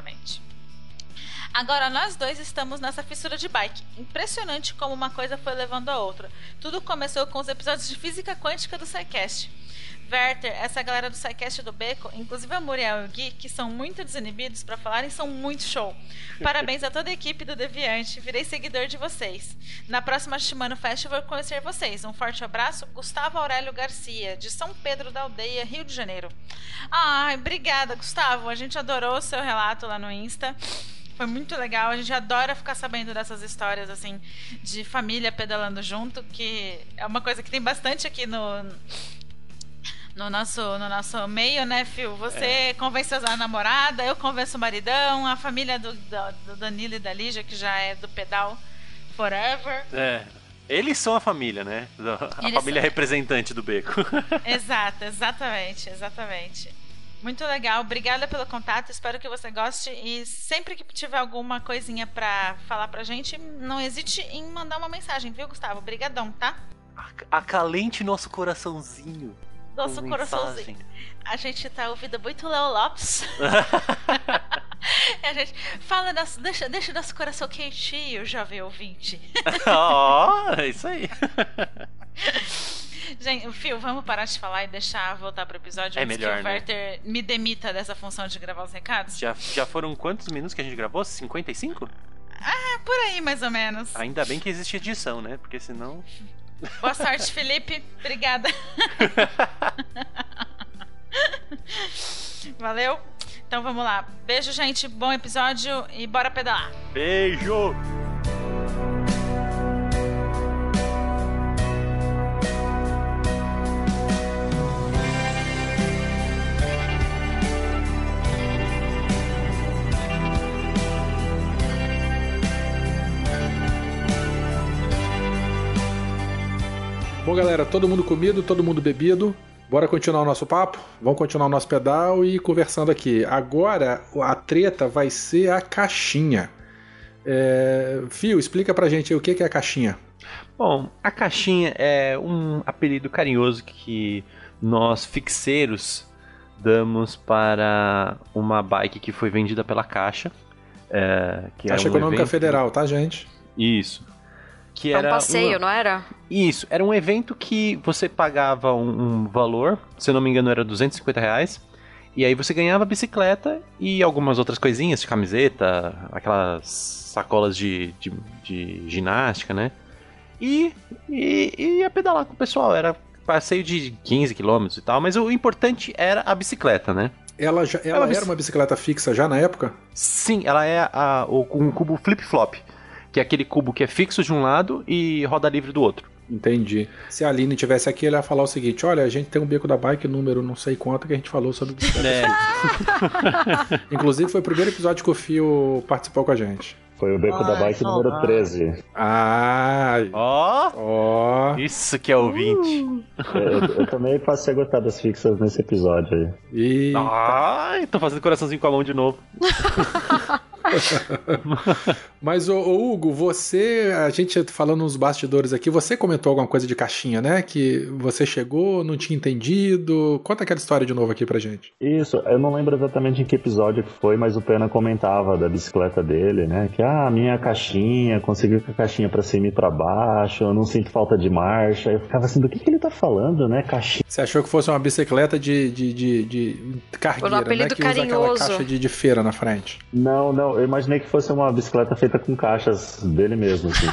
Agora, nós dois estamos nessa fissura de bike. Impressionante como uma coisa foi levando a outra. Tudo começou com os episódios de física quântica do SciCast. Werther, essa galera do SciCast do Beco, inclusive a Muriel e o Gui, que são muito desinibidos pra falarem, são muito show. Parabéns a toda a equipe do Deviante, virei seguidor de vocês. Na próxima Shimano Fest vou conhecer vocês. Um forte abraço, Gustavo Aurélio Garcia, de São Pedro da Aldeia, Rio de Janeiro. Obrigada, Gustavo, a gente adorou o seu relato lá no Insta. Foi muito legal, a gente adora ficar sabendo dessas histórias, assim, de família pedalando junto, que é uma coisa que tem bastante aqui no nosso meio, né, Phil? Você convence a namorada, eu convenço o maridão, a família do Danilo e da Lígia, que já é do pedal forever. Eles são a família, né? A família representante do Beco. Exatamente. Muito legal, obrigada pelo contato, espero que você goste e sempre que tiver alguma coisinha pra falar pra gente, não hesite em mandar uma mensagem, viu, Gustavo? Obrigadão, tá? Acalente nosso coraçãozinho. Nosso coraçãozinho. A gente tá ouvindo muito Léo Lopes. A gente fala, deixa o nosso coração quentinho, jovem ouvinte. Isso aí. Gente, Phil, vamos parar de falar e deixar voltar pro episódio antes melhor, que o Werther me demita dessa função de gravar os recados? Já foram quantos minutos que a gente gravou? 55? Por aí, mais ou menos. Ainda bem que existe edição, né? Porque senão... Boa sorte, Felipe. Obrigada. Valeu. Então vamos lá. Beijo, gente. Bom episódio e bora pedalar. Beijo! Bom, galera, todo mundo comido, todo mundo bebido. Bora continuar o nosso papo? Vamos continuar o nosso pedal e conversando aqui. Agora, a treta vai ser a caixinha. Fio, explica pra gente aí o que é a caixinha. Bom, a caixinha é um apelido carinhoso que nós fixeiros damos para uma bike que foi vendida pela Caixa. Caixa Econômica Federal, tá, gente? Isso. Que era um passeio, não era? Isso, era um evento que você pagava um valor, se eu não me engano era R$250, e aí você ganhava bicicleta e algumas outras coisinhas, camiseta, aquelas sacolas de ginástica, né? E ia pedalar com o pessoal, era passeio de 15 km e tal, mas o importante era a bicicleta, né? Ela era uma bicicleta fixa já na época? Sim, ela é um cubo flip-flop. Que é aquele cubo que é fixo de um lado e roda livre do outro. Entendi. Se a Aline tivesse aqui, ela ia falar o seguinte: olha, a gente tem um beco da bike, número não sei quanto, que a gente falou sobre bicicleta. Inclusive, foi o primeiro episódio que o Fio participou com a gente. Foi o Beco da Bike número 13. Ó! Isso que é ouvinte. Eu também passei a gostar das fixas nesse episódio aí. Ai, tô fazendo coraçãozinho com a mão de novo. Mas, ô Hugo, a gente falando nos bastidores aqui, você comentou alguma coisa de caixinha, né? Que você chegou, não tinha entendido. Conta aquela história de novo aqui pra gente. Isso, eu não lembro exatamente em que episódio que foi, mas o Pena comentava da bicicleta dele, né? Que, minha caixinha, consegui com a caixinha pra cima e pra baixo, eu não sinto falta de marcha. Eu ficava assim, do que ele tá falando, né? Caixinha. Você achou que fosse uma bicicleta de cargueira, né? Que usa aquela caixa de feira na frente. Não, eu imaginei que fosse uma bicicleta feita com caixas dele mesmo, assim.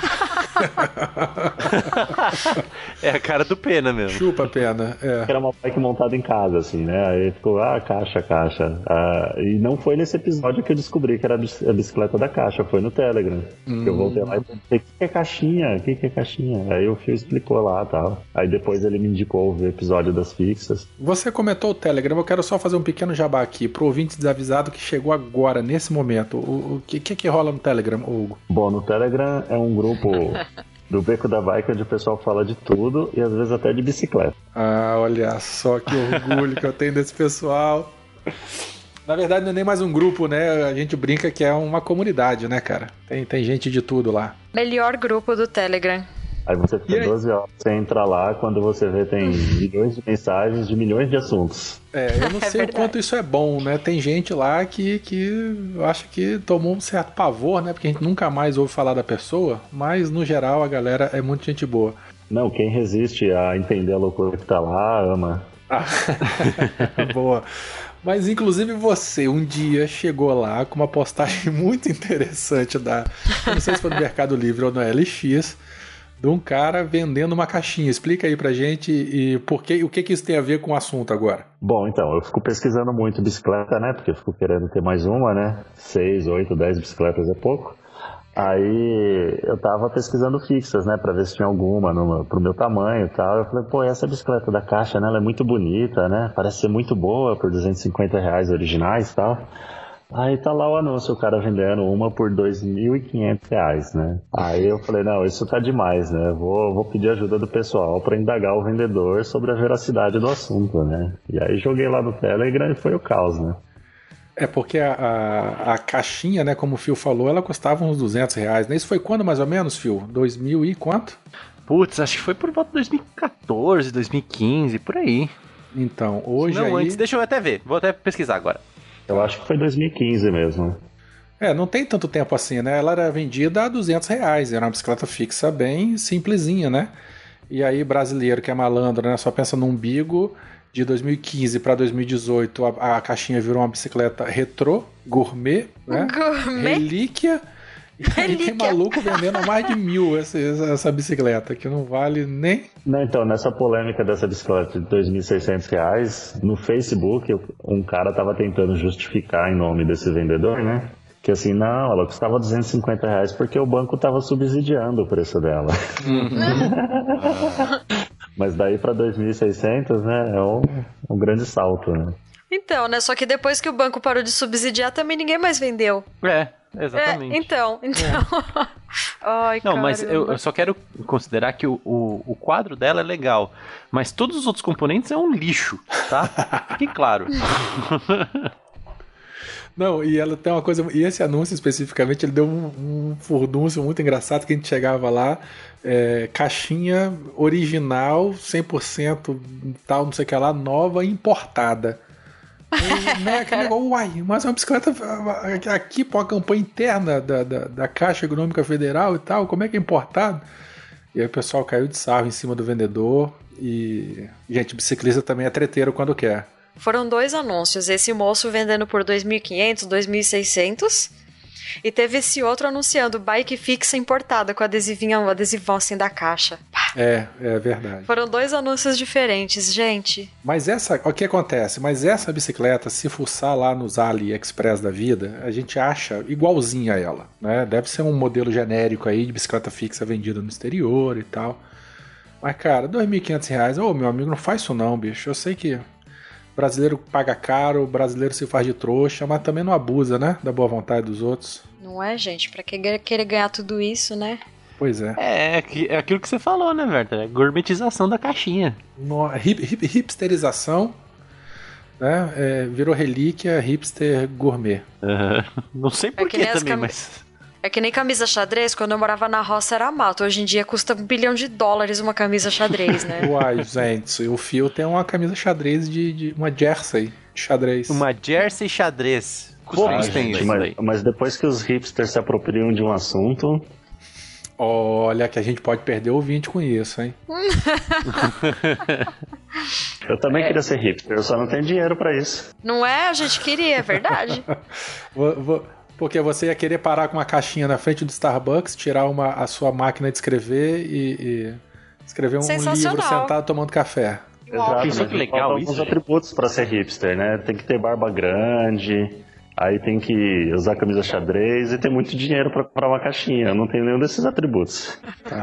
É a cara do Pena mesmo. Chupa, Pena. Era uma bike montada em casa, assim, né? Aí ficou, caixa. E não foi nesse episódio que eu descobri que era a bicicleta da caixa, foi no Telegram. Que eu voltei lá e perguntei, o que é caixinha? O que é caixinha? Aí o Fio explicou lá e tal. Aí depois ele me indicou o episódio das fixas. Você comentou o Telegram, eu quero só fazer um pequeno jabá aqui, pro ouvinte desavisado que chegou agora, nesse momento. O que rola no Telegram, Hugo? Bom, no Telegram é um grupo do Beco da Bike onde o pessoal fala de tudo e às vezes até de bicicleta. Olha só que orgulho que eu tenho desse pessoal. Na verdade não é nem mais um grupo, né? A gente brinca que é uma comunidade, né, cara? Tem gente de tudo lá. Melhor grupo do Telegram. Aí você fica 12 horas, você entra lá, quando você vê tem milhões de mensagens de milhões de assuntos. Eu não sei o quanto isso é bom, né? Tem gente lá que eu acho que tomou um certo pavor, né? Porque a gente nunca mais ouve falar da pessoa, mas no geral a galera é muito gente boa. Não, quem resiste a entender a loucura que tá lá, ama. Boa. Mas inclusive você um dia chegou lá com uma postagem muito interessante eu não sei se foi no Mercado Livre ou no LX, de um cara vendendo uma caixinha. Explica aí pra gente o que isso tem a ver com o assunto agora. Bom, então, eu fico pesquisando muito bicicleta, né? Porque eu fico querendo ter mais uma, né? 6, 8, 10 bicicletas é pouco. Aí eu tava pesquisando fixas, né? Pra ver se tinha alguma pro meu tamanho e tal. Eu falei, essa bicicleta da caixa, né? Ela é muito bonita, né? Parece ser muito boa por R$250 originais e tal. Aí tá lá o anúncio, o cara vendendo uma por R$2.500, né? Aí eu falei, não, isso tá demais, né? Vou pedir ajuda do pessoal pra indagar o vendedor sobre a veracidade do assunto, né? E aí joguei lá no Telegram e foi o caos, né? É porque a caixinha, né, como o Phil falou, ela custava uns R$200, né? Isso foi quando mais ou menos, Phil? 2000 e quanto? Putz, acho que foi por volta de 2014, 2015, por aí. Então, hoje não, antes, deixa eu até ver, vou até pesquisar agora. Eu acho que foi 2015 mesmo. Não tem tanto tempo assim, né? Ela era vendida a R$200, era uma bicicleta fixa bem simplesinha, né? E aí brasileiro que é malandro, né? Só pensa no umbigo. De 2015 para 2018 a caixinha virou uma bicicleta retrô, gourmet, né? Relíquia. E aí tem maluco vendendo a mais de 1.000 essa bicicleta, que não vale nem... Não, então, nessa polêmica dessa bicicleta de R$2.600, no Facebook, um cara tava tentando justificar em nome desse vendedor, né? Que assim, não, ela custava R$250 porque o banco tava subsidiando o preço dela. Mas daí pra 2.600, né, é um grande salto, né? Então, né, só que depois que o banco parou de subsidiar, também ninguém mais vendeu. Exatamente. Então. Ai, não, mas eu só quero considerar que o quadro dela é legal, mas todos os outros componentes é um lixo, tá? Fique claro. Não, e ela tem uma coisa... E esse anúncio especificamente, ele deu um furdúncio muito engraçado, que a gente chegava lá, caixinha original, 100% tal, não sei o que lá, nova, importada. E, né, aquele negócio, mas é uma bicicleta aqui para uma campanha interna da Caixa Econômica Federal e tal, como é que é importado? E aí o pessoal caiu de sarro em cima do vendedor. E, gente, biciclista também é treteiro quando quer. Foram 2 anúncios, esse moço vendendo por 2.500, 2.600, e teve esse outro anunciando bike fixa importada com adesivão assim da caixa. É verdade. Foram 2 anúncios diferentes, gente. Mas o que acontece? Mas essa bicicleta, se fuçar lá nos AliExpress da vida, a gente acha igualzinha a ela, né? Deve ser um modelo genérico aí de bicicleta fixa vendida no exterior e tal. Mas, cara, R$2.500, meu amigo, não faz isso não, bicho. Eu sei que Brasileiro paga caro, brasileiro se faz de trouxa, mas também não abusa, né? Da boa vontade dos outros. Não é, gente? Pra que querer ganhar tudo isso, né? Pois é. É aquilo que você falou, né, Werther? É gourmetização da caixinha. Hipsterização, né? Virou relíquia hipster gourmet. Não sei porquê também, mas... É que nem camisa xadrez, quando eu morava na roça era mato. Hoje em dia custa $1 bilhão uma camisa xadrez, né? Uai, gente, o Fio tem uma camisa xadrez de uma jersey de xadrez. Uma jersey xadrez. Poucos tem isso daí. Mas depois que os hipsters se apropriam de um assunto... Olha que a gente pode perder ouvinte com isso, hein? Eu também queria ser hipster, eu só não tenho dinheiro pra isso. Não é? A gente queria, é verdade. Porque você ia querer parar com uma caixinha na frente do Starbucks, tirar a sua máquina de escrever e escrever um livro sentado tomando café. Exato, que legal isso. Os atributos pra ser hipster, né? Tem que ter barba grande, aí tem que usar camisa xadrez e ter muito dinheiro pra comprar uma caixinha. Eu não tenho nenhum desses atributos. Tá.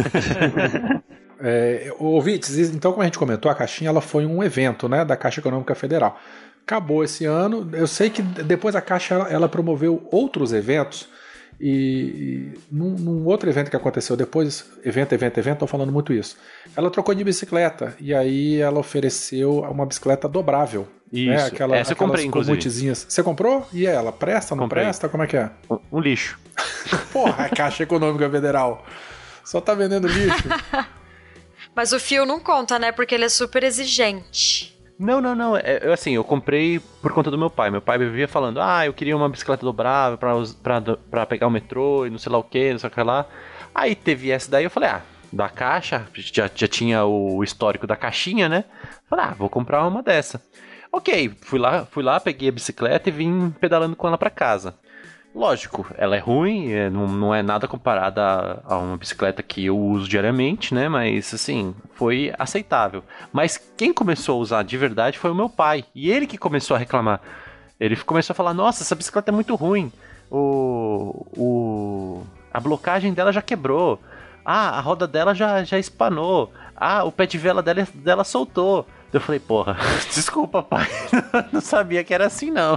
Ouvintes, então como a gente comentou, a caixinha ela foi um evento, né, da Caixa Econômica Federal. Acabou esse ano. Eu sei que depois a Caixa ela promoveu outros eventos e num outro evento que aconteceu depois, evento, estou falando muito isso. Ela trocou de bicicleta e aí ela ofereceu uma bicicleta dobrável. Isso, né? essa eu comprei, inclusive. Você comprou? E ela? Presta, não presta? Como é que é? Um lixo. Porra, a Caixa Econômica Federal só tá vendendo lixo. Mas o Fio não conta, né? Porque ele é super exigente. Não. Eu comprei por conta do meu pai. Meu pai vivia falando, eu queria uma bicicleta dobrável pra pegar o metrô e não sei lá o que, não sei o que lá. Aí teve essa daí, eu falei, da Caixa, já tinha o histórico da caixinha, né? Falei, vou comprar uma dessa. Ok, fui lá, peguei a bicicleta e vim pedalando com ela pra casa. Lógico, ela é ruim, não é nada comparada a uma bicicleta que eu uso diariamente, né? Mas, assim, foi aceitável. Mas quem começou a usar de verdade foi o meu pai. E ele que começou a reclamar. Ele começou a falar, nossa, essa bicicleta é muito ruim. A blocagem dela já quebrou. A roda dela já espanou. O pé de vela dela soltou. Eu falei, porra, desculpa, pai, não sabia que era assim, não.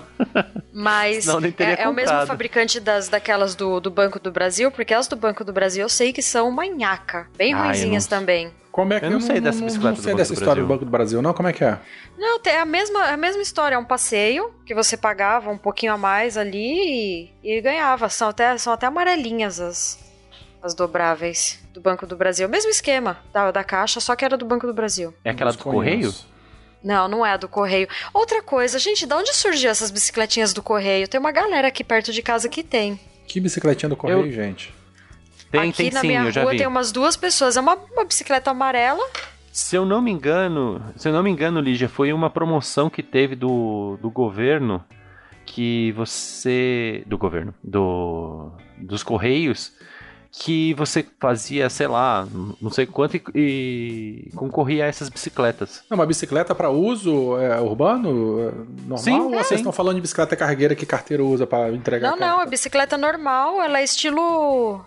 Mas é o mesmo fabricante daquelas do Banco do Brasil, porque as do Banco do Brasil eu sei que são uma nhaca, bem ruinzinhas também. Como é que eu não sei dessa bicicleta não sei dessa história do Banco do Brasil, não? Como é que é? Não, é a mesma história, é um passeio que você pagava um pouquinho a mais ali e ganhava. São até amarelinhas as dobráveis do Banco do Brasil. Mesmo esquema da Caixa, só que era do Banco do Brasil. É aquela do Correio? Não é a do Correio. Outra coisa, gente, de onde surgiu essas bicicletinhas do Correio? Tem uma galera aqui perto de casa que tem. Que bicicletinha do Correio, gente? Aqui na minha rua tem umas 2 pessoas. É uma bicicleta amarela. Se eu não me engano, Lígia, foi uma promoção que teve do governo, que você... Do governo. Dos Correios... que você fazia, sei lá, não sei quanto e concorria a essas bicicletas. É uma bicicleta para uso urbano? Normal? Sim, ou vocês estão falando de bicicleta cargueira que carteiro usa para entregar? Não, é bicicleta normal, ela é estilo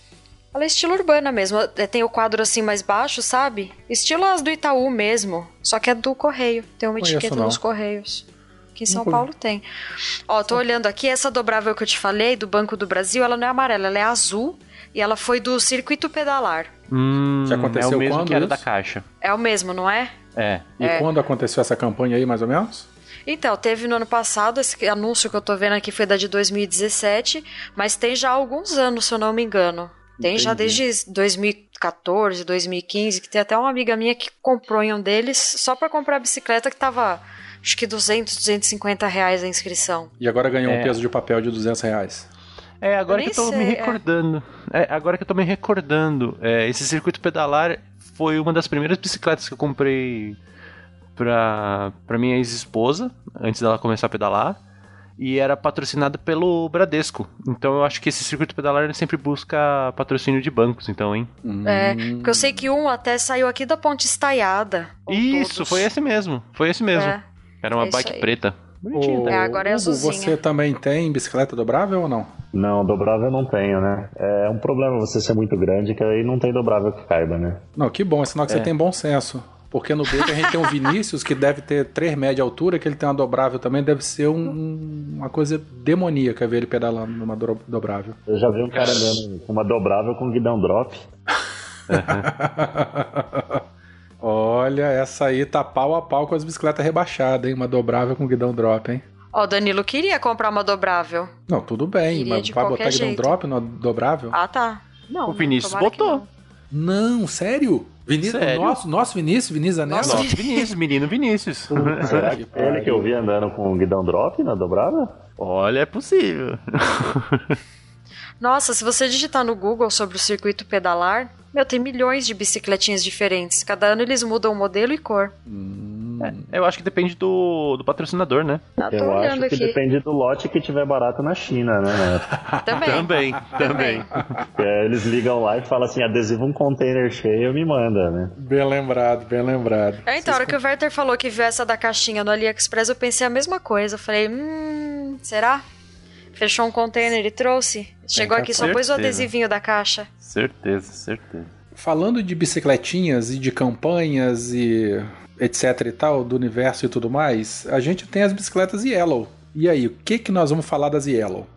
urbana mesmo. Tem o quadro assim mais baixo, sabe? Estilo as do Itaú mesmo, só que é do Correio. Tem uma etiqueta nos Correios. Aqui em São Paulo tem. Tô olhando aqui, essa dobrável que eu te falei, do Banco do Brasil, ela não é amarela, ela é azul. E ela foi do Circuito Pedalar. Que aconteceu é o mesmo quando que era isso? da Caixa. É o mesmo, não é? É. E quando aconteceu essa campanha aí, mais ou menos? Então, teve no ano passado, esse anúncio que eu tô vendo aqui foi da de 2017, mas tem já há alguns anos, se eu não me engano. Tem já desde 2014, 2015, que tem até uma amiga minha que comprou em um deles só pra comprar a bicicleta que tava, acho que 200, 250 reais a inscrição. E agora ganhou um peso de papel de 200 reais. Agora que eu tô me recordando. Agora que eu tô me recordando. Esse Circuito Pedalar foi uma das primeiras bicicletas que eu comprei pra minha ex-esposa, antes dela começar a pedalar. E era patrocinada pelo Bradesco. Então eu acho que esse Circuito Pedalar ele sempre busca patrocínio de bancos, então, hein? Porque eu sei que um até saiu aqui da Ponte Estaiada. Isso, todos. Foi esse mesmo. Era uma bike preta. Agora é azulzinha. Você também tem bicicleta dobrável ou não? Não, dobrável eu não tenho, né? É um problema você ser muito grande, que aí não tem dobrável que caiba, né? Não, que bom, é sinal que você tem bom senso. Porque no Beco a gente tem um Vinícius que deve ter 3 metros de altura, que ele tem uma dobrável também, deve ser uma coisa demoníaca ver ele pedalando numa dobrável. Eu já vi um cara andando com uma dobrável com guidão drop. Olha, essa aí tá pau a pau com as bicicletas rebaixadas, hein? Uma dobrável com guidão drop, hein? Ó, o Danilo queria comprar uma dobrável. Não, tudo bem, Queria mas de vai qualquer botar guidão jeito. drop no dobrável? Ah, tá. Não, O Vinícius tomara que botou. Não, sério? Vinícius, Sério? Nosso Vinícius Anela? Nossa. Nosso Vinícius, menino Vinícius. Será que ele que eu vi andando com o guidão drop na dobrável? Olha, é possível. Nossa, se você digitar no Google sobre o circuito pedalar, tem milhões de bicicletinhas diferentes. Cada ano eles mudam o modelo e cor. Eu acho que depende do patrocinador, né? Tô Eu acho olhando que aqui. depende do lote que tiver barato na China, né? Também. Eles ligam lá e falam assim, adesivo um container cheio me manda, né? Bem lembrado, bem lembrado. Então, a hora que o Werther falou que viu essa da caixinha no AliExpress, eu pensei a mesma coisa. Eu falei, será? Fechou um container e trouxe? Chegou aqui, só pôs o adesivinho da caixa. Certeza. Falando de bicicletinhas e de campanhas e etc e tal, do universo e tudo mais, a gente tem as bicicletas Yellow. E aí, o que nós vamos falar das Yellow?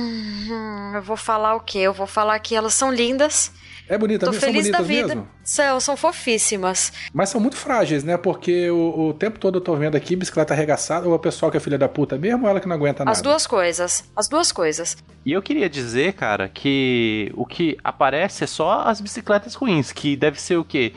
Eu vou falar o quê? Eu vou falar que elas são lindas. É bonita, Tô são feliz da bonitas vida. mesmo? São fofíssimas. Mas são muito frágeis, né? Porque o tempo todo eu tô vendo aqui bicicleta arregaçada, ou a pessoa que é filha da puta mesmo, ou ela que não aguenta nada? As duas coisas. E eu queria dizer, cara, que o que aparece é só as bicicletas ruins, que deve ser o quê?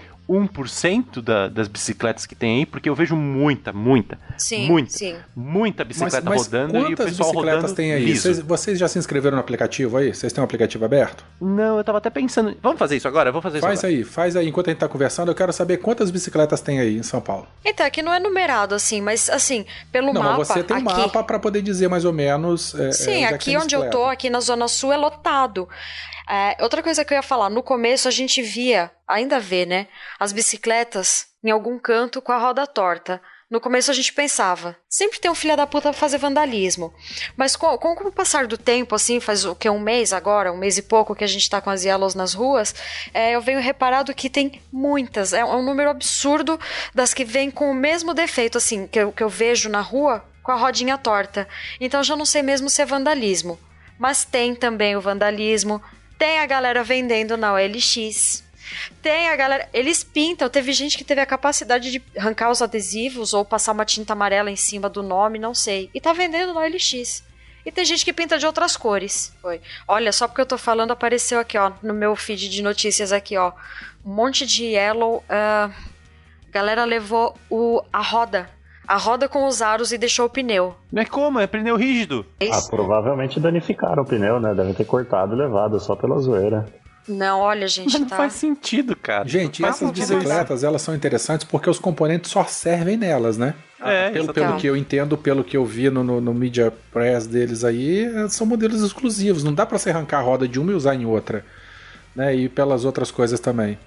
1% das bicicletas que tem aí, porque eu vejo muita Sim. bicicleta mas rodando e o pessoal bicicletas rodando tem aí? liso. Vocês já se inscreveram no aplicativo aí? Vocês têm um aplicativo aberto? Não, eu tava até pensando... Vamos fazer isso agora? Faz aí. Enquanto a gente tá conversando, eu quero saber quantas bicicletas tem aí em São Paulo. Então, aqui não é numerado assim, mas assim, pelo Não, mapa... mas você tem um aqui... mapa pra poder dizer mais ou menos... Sim, aqui onde eu tô, aqui na Zona Sul, é lotado. Outra coisa que eu ia falar, no começo a gente via, ainda vê, né, as bicicletas em algum canto com a roda torta. No começo a gente pensava, sempre tem um filho da puta pra fazer vandalismo. Mas com o passar do tempo, assim, faz o que, um mês agora, um mês e pouco que a gente tá com as Yellows nas ruas, eu venho reparado que tem muitas, é um número absurdo das que vêm com o mesmo defeito, assim, que eu vejo na rua, com a rodinha torta. Então já não sei mesmo se é vandalismo. Mas tem também o vandalismo. Tem a galera vendendo na OLX. Tem a galera... Eles pintam. Teve gente que teve a capacidade de arrancar os adesivos ou passar uma tinta amarela em cima do nome, não sei. E tá vendendo na OLX. E tem gente que pinta de outras cores. Olha, só porque eu tô falando, apareceu aqui, ó, no meu feed de notícias aqui, ó. Um monte de Yellow. Galera levou a roda. A roda com os aros e deixou o pneu. Mas como? É pneu rígido. Provavelmente danificaram o pneu, né? Devem ter cortado e levado só pela zoeira. Não, olha, gente, Mas não faz sentido, cara. Gente, essas bicicletas, elas são interessantes porque os componentes só servem nelas, né? Pelo que eu entendo, pelo que eu vi no Media Press deles aí, são modelos exclusivos. Não dá pra você arrancar a roda de uma e usar em outra. Né? E pelas outras coisas também.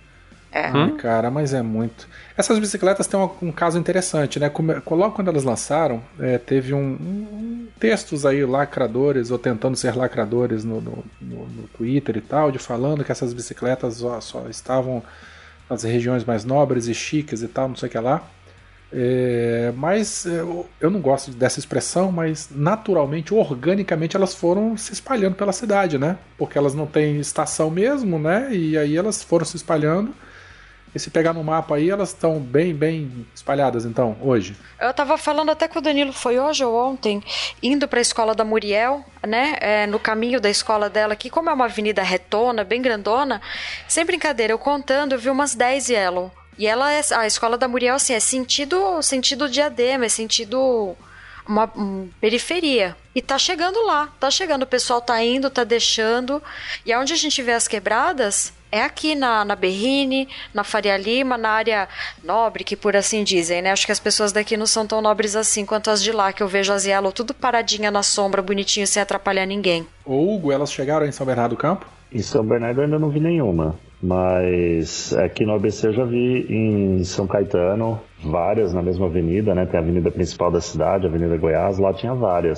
Cara, mas é muito. Essas bicicletas têm um caso interessante, né? Logo quando elas lançaram, teve textos aí lacradores, ou tentando ser lacradores no Twitter e tal, falando que essas bicicletas só estavam nas regiões mais nobres e chiques e tal, não sei o que lá. Mas eu não gosto dessa expressão, mas naturalmente, organicamente, elas foram se espalhando pela cidade, né? Porque elas não têm estação mesmo, né? E aí elas foram se espalhando. E se pegar no mapa aí, elas estão bem espalhadas, então, hoje. Eu tava falando até com o Danilo, foi hoje ou ontem, indo pra escola da Muriel, né, no caminho da escola dela aqui, como é uma avenida retona, bem grandona, sem brincadeira, eu contando, eu vi umas 10 Yellow. E a escola da Muriel, assim, é sentido Diadema, é sentido uma periferia. E tá chegando lá, o pessoal tá indo, tá deixando, e aonde a gente vê as quebradas... É aqui na Berrini, na Faria Lima, na área nobre, que por assim dizem, né? Acho que as pessoas daqui não são tão nobres assim quanto as de lá, que eu vejo as Yellow tudo paradinha na sombra, bonitinho, sem atrapalhar ninguém. Ô Hugo, elas chegaram em São Bernardo do Campo? Em São Bernardo eu ainda não vi nenhuma, mas aqui no ABC eu já vi em São Caetano, várias na mesma avenida, né? Tem a avenida principal da cidade, a Avenida Goiás, lá tinha várias.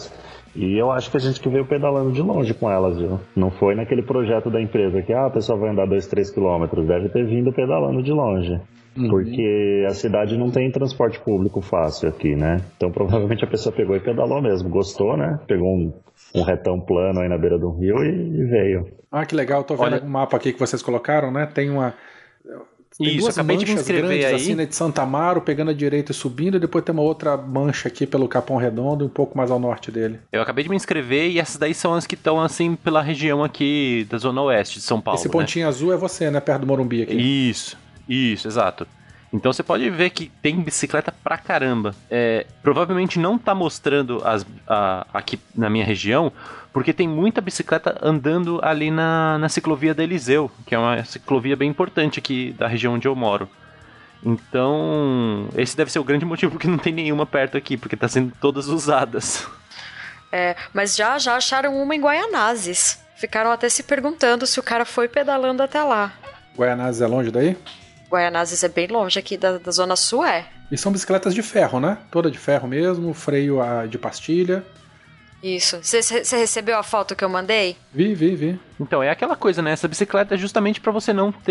E eu acho que a gente que veio pedalando de longe com elas, viu? Não foi naquele projeto da empresa que a pessoa vai andar 2-3 quilômetros. Deve ter vindo pedalando de longe. Porque a cidade não tem transporte público fácil aqui, né? Então provavelmente a pessoa pegou e pedalou mesmo. Gostou, né? Pegou um retão plano aí na beira do rio e veio. Ah, que legal. Tô vendo o mapa aqui que vocês colocaram, né? Tem duas acabei de me manchas inscrever grandes aí. assim, né, de Santa Amaro, pegando a direita e subindo, e depois tem uma outra mancha aqui pelo Capão Redondo, um pouco mais ao norte dele. Eu acabei de me inscrever e essas daí são as que estão assim pela região aqui da zona oeste de São Paulo. Esse pontinho azul é você, né? Perto do Morumbi aqui. Isso, exato. Então você pode ver que tem bicicleta pra caramba. Provavelmente não tá mostrando aqui na minha região, porque tem muita bicicleta andando ali na ciclovia da Eliseu, que é uma ciclovia bem importante aqui da região onde eu moro. Então, esse deve ser o grande motivo que não tem nenhuma perto aqui, porque tá sendo todas usadas. Mas já acharam uma em Guaianazes. Ficaram até se perguntando se o cara foi pedalando até lá. Guaianazes é longe daí? Guaianazes é bem longe aqui da Zona Sul, E são bicicletas de ferro, né? Toda de ferro mesmo, freio de pastilha. Isso. Você recebeu a foto que eu mandei? Vi. Então, é aquela coisa, né? Essa bicicleta é justamente pra você não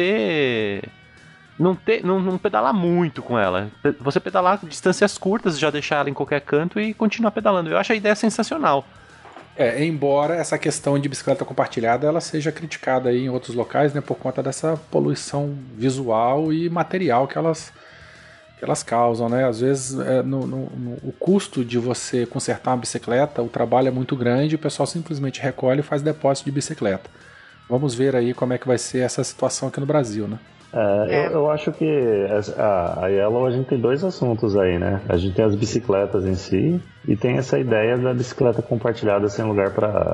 pedalar muito com ela. Você pedalar distâncias curtas, já deixar ela em qualquer canto e continuar pedalando. Eu acho a ideia sensacional. Embora essa questão de bicicleta compartilhada ela seja criticada aí em outros locais, né, por conta dessa poluição visual e material que elas causam, né? Às vezes o custo de você consertar uma bicicleta, o trabalho é muito grande, o pessoal simplesmente recolhe e faz depósito de bicicleta. Vamos ver aí como é que vai ser essa situação aqui no Brasil, né? Eu acho que a Yellow, a gente tem dois assuntos aí, né? A gente tem as bicicletas em si e tem essa ideia da bicicleta compartilhada sem lugar